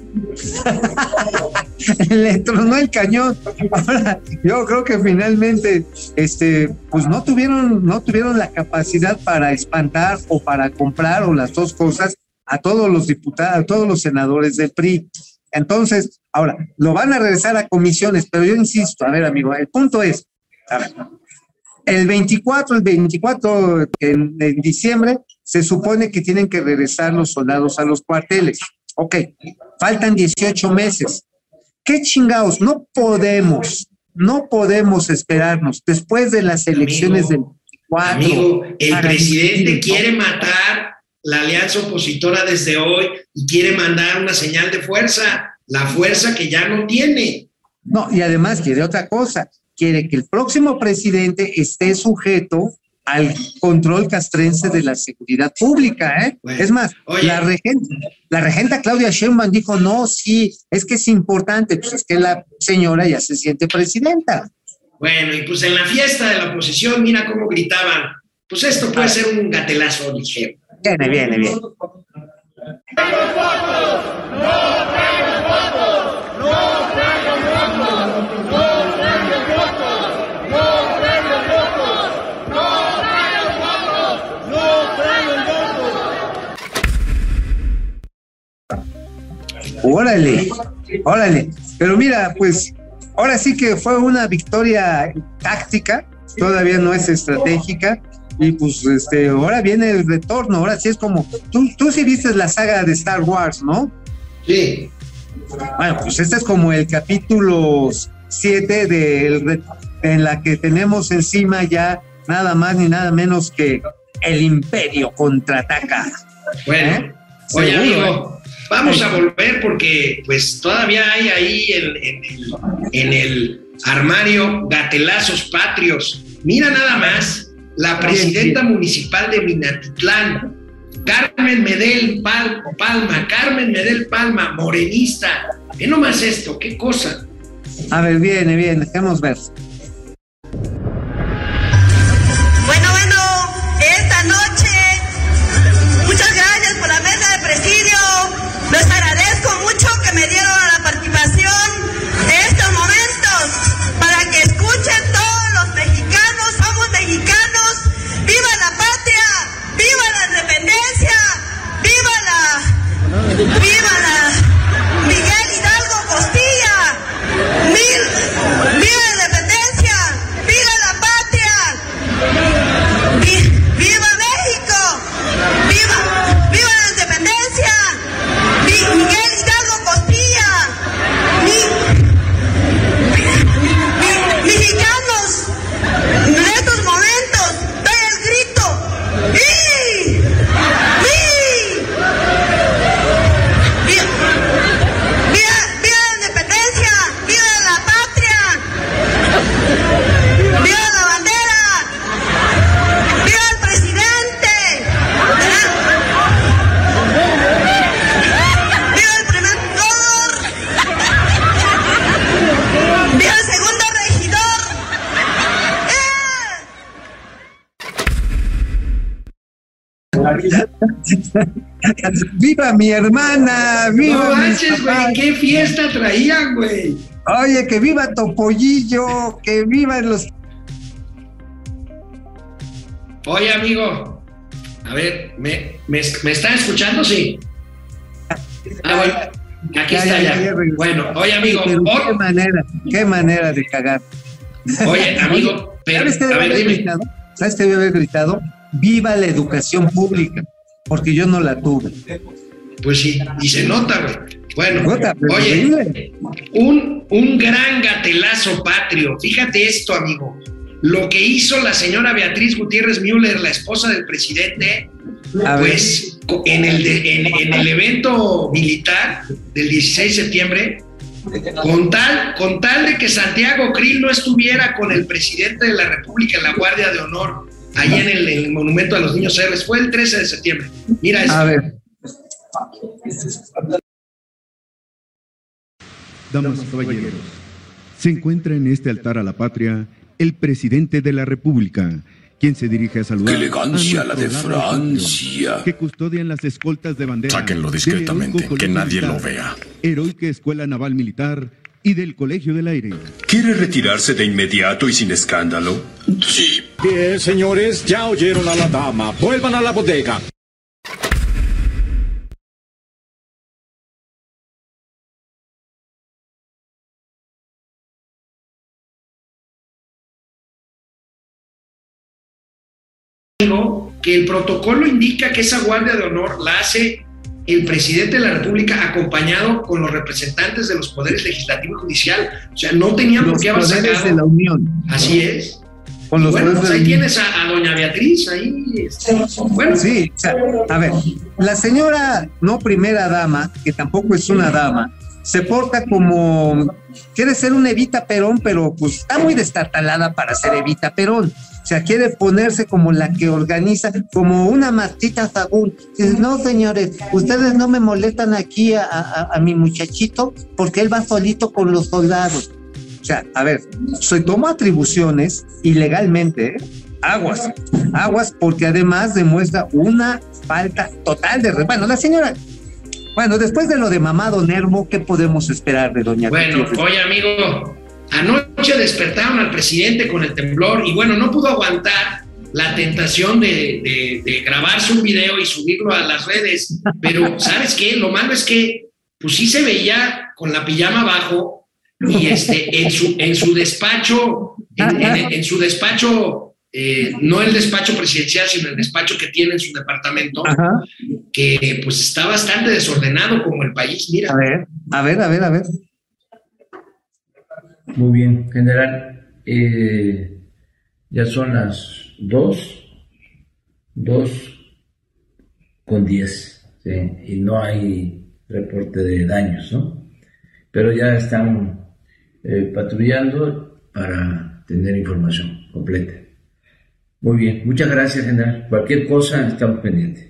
Le tronó el cañón. Ahora, yo creo que finalmente, este, pues no tuvieron, no tuvieron la capacidad para espantar o para comprar o las dos cosas a todos los diputados, a todos los senadores del P R I. Entonces, ahora, lo van a regresar a comisiones, pero yo insisto, a ver, amigo, el punto es, a ver, el veinticuatro, el veinticuatro en, en diciembre, se supone que tienen que regresar los soldados a los cuarteles. Ok, faltan dieciocho meses. ¿Qué chingados? No podemos, no podemos esperarnos después de las elecciones del veinticuatro. Amigo, el presidente quiere matar la alianza opositora desde hoy y quiere mandar una señal de fuerza, la fuerza que ya no tiene. No, y además quiere otra cosa, quiere que el próximo presidente esté sujeto al control castrense de la seguridad pública, ¿eh? Bueno, es más, la regenta, la regenta Claudia Sheinbaum dijo, no, sí, es que es importante, pues es que la señora ya se siente presidenta. Bueno, y pues en la fiesta de la oposición, mira cómo gritaban, pues esto puede ser un gatelazo ligero. Viene, viene, viene. Órale, órale. Pero mira, pues ahora sí que fue una victoria táctica, todavía no es estratégica, y pues este, ahora viene el retorno, ahora sí es como, tú, tú sí viste la saga de Star Wars, ¿no? Sí. Bueno, pues este es como el capítulo siete de, en la que tenemos encima ya nada más ni nada menos que el Imperio contraataca. Bueno, ¿eh? Oye, amigo, vamos a volver porque pues todavía hay ahí en, en, el, en el armario gatelazos patrios. Mira nada más, la presidenta municipal de Minatitlán, Carmen Medel Pal, Palma, Carmen Medel Palma, morenista. Ve nomás esto, qué cosa. A ver, viene, bien, dejemos ver. Bueno, bueno, esta noche, muchas gracias por la mesa de presidio. Les agradezco mucho que me dieron la participación en estos momentos para que escuchen todos los mexicanos, somos mexicanos, viva la patria, viva la independencia, viva la, viva la Miguel Hidalgo Costilla, viva la independencia. ¡Viva mi hermana! ¡Viva No mi manches, güey! ¡Qué fiesta traían, güey! Oye, que viva Topollillo, que vivan los... Oye, amigo, a ver, ¿me, me, ¿me están escuchando? Sí. Ah, bueno, aquí Ya, está ya, ya. ya, ya, Bueno, oye, amigo, Pero ot- qué manera, qué manera de cagar. oye, amigo, pero, ¿Sabes qué a debe ver, haber dime. gritado? ¿Sabes qué debe haber gritado? ¡Viva la educación pública! Porque yo no la tuve. Pues sí, y se nota, güey. Bueno, Nota, pero oye, horrible. un, un gran gatelazo patrio. Fíjate esto, amigo. Lo que hizo la señora Beatriz Gutiérrez Müller, la esposa del presidente, A pues en el, de- en, en el evento militar del dieciséis de septiembre, con tal, con tal de que Santiago Krill no estuviera con el presidente de la República en la Guardia de Honor, ahí en el, el Monumento a los Niños Héroes, fue el trece de septiembre. Mira eso. A ver. Damas y caballeros, se encuentra en este altar a la patria el presidente de la República, quien se dirige a saludar. ¡Qué elegancia a la de nuestro lado Francia! que custodian las escoltas de bandera. Sáquenlo del discretamente, heroico que Colegio nadie lo Militar, vea. Heroica Escuela Naval Militar y del Colegio del Aire. ¿Quiere retirarse de inmediato y sin escándalo? Sí. Bien, señores, ya oyeron a la dama. Vuelvan a la bodega. Que el protocolo indica que esa guardia de honor la hace el presidente de la República acompañado con los representantes de los poderes legislativo y judicial. O sea, no tenían por Los qué haber poderes sacado. de la Unión. Así es. Con los Bueno, poderes pues de ahí la Unión. tienes a, a doña Beatriz, ahí. este, bueno, Sí, o sea, a ver, la señora, no primera dama, que tampoco es una dama, se porta como, quiere ser una Evita Perón, pero pues está muy destatalada para ser Evita Perón. O sea, quiere ponerse como la que organiza, como una Martita Sagún. Dice, no, señores, ustedes no me molestan aquí a, a, a mi muchachito porque él va solito con los soldados. O sea, a ver, se toma atribuciones ilegalmente, ¿eh? Aguas, aguas, porque además demuestra una falta total de... Bueno, la señora... Bueno, después de lo de Mamado Nervo, ¿qué podemos esperar de doña bueno, Gutiérrez? oye, amigo, anoche despertaron al presidente con el temblor y bueno, no pudo aguantar la tentación de, de, de grabarse un video y subirlo a las redes, pero ¿sabes qué? Lo malo es que pues sí se veía con la pijama abajo y este, en su, en su despacho, en, en, en su despacho, eh, no el despacho presidencial, sino el despacho que tiene en su departamento, Ajá. que pues está bastante desordenado como el país, mira. A ver, a ver, a ver, a ver. Muy bien, general. Eh, ya son las dos, dos con diez, ¿sí? Y no hay reporte de daños, ¿no? Pero ya están eh, patrullando para tener información completa. Muy bien, muchas gracias, general. Cualquier cosa, estamos pendientes.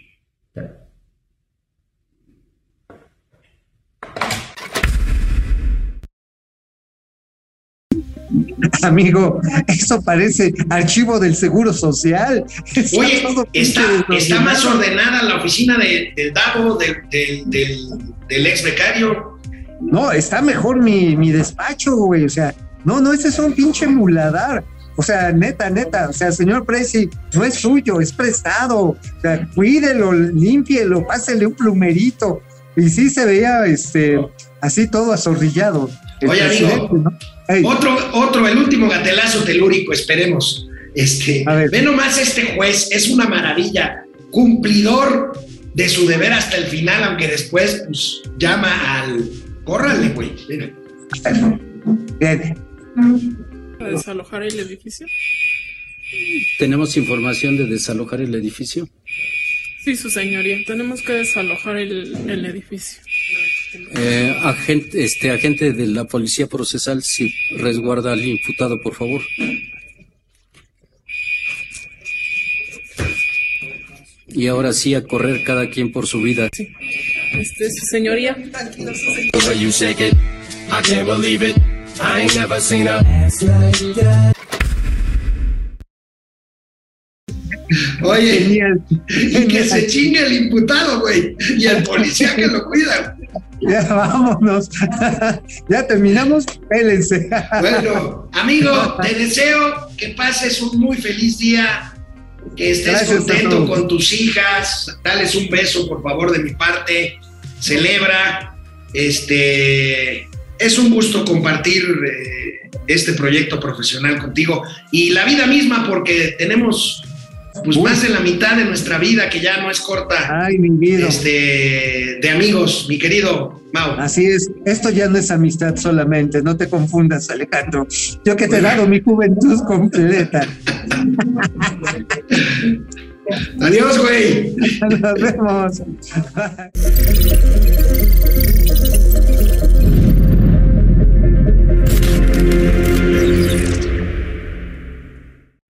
Amigo, eso parece archivo del Seguro Social. Está Oye, todo está, pinche está más desordenado. ordenada la oficina de, del Davo, del, del, del, del ex becario. No, está mejor mi, mi despacho, güey. O sea, no, no, ese es un pinche muladar. O sea, neta, neta, o sea, señor Presi, no es suyo, es prestado. O sea, cuídelo, límpielo, pásele un plumerito. Y sí se veía este, así todo azorrillado. el Oye, presidente, amigo, ¿no? Ey. otro, otro, el último gatelazo telúrico, esperemos. Este, ve nomás este juez, es una maravilla, cumplidor de su deber hasta el final, aunque después pues, llama al... Córrale, güey. Mira. ¿Para desalojar el edificio? ¿Tenemos información de desalojar el edificio? Sí, su señoría, tenemos que desalojar el, el edificio. Eh, agente, este, agente de la policía procesal, si resguarda al imputado, por favor. Y ahora sí, a correr cada quien por su vida. Sí. Este, su señoría. Oye, Genial. y que se chingue el imputado, güey, y el policía que lo cuida. Ya vámonos. Ya terminamos, pélense. Bueno, amigo, te deseo que pases un muy feliz día, que estés Gracias, contento con tus hijas, dales un beso, por favor, de mi parte, celebra, este, es un gusto compartir eh, este proyecto profesional contigo y la vida misma, porque tenemos pues más de la mitad de nuestra vida, que ya no es corta. Ay, mi vida. Este, de amigos, mi querido Mau. Así es, esto ya no es amistad solamente, no te confundas, Alejandro. Yo que te he dado mi juventud completa. Adiós, güey. Nos vemos.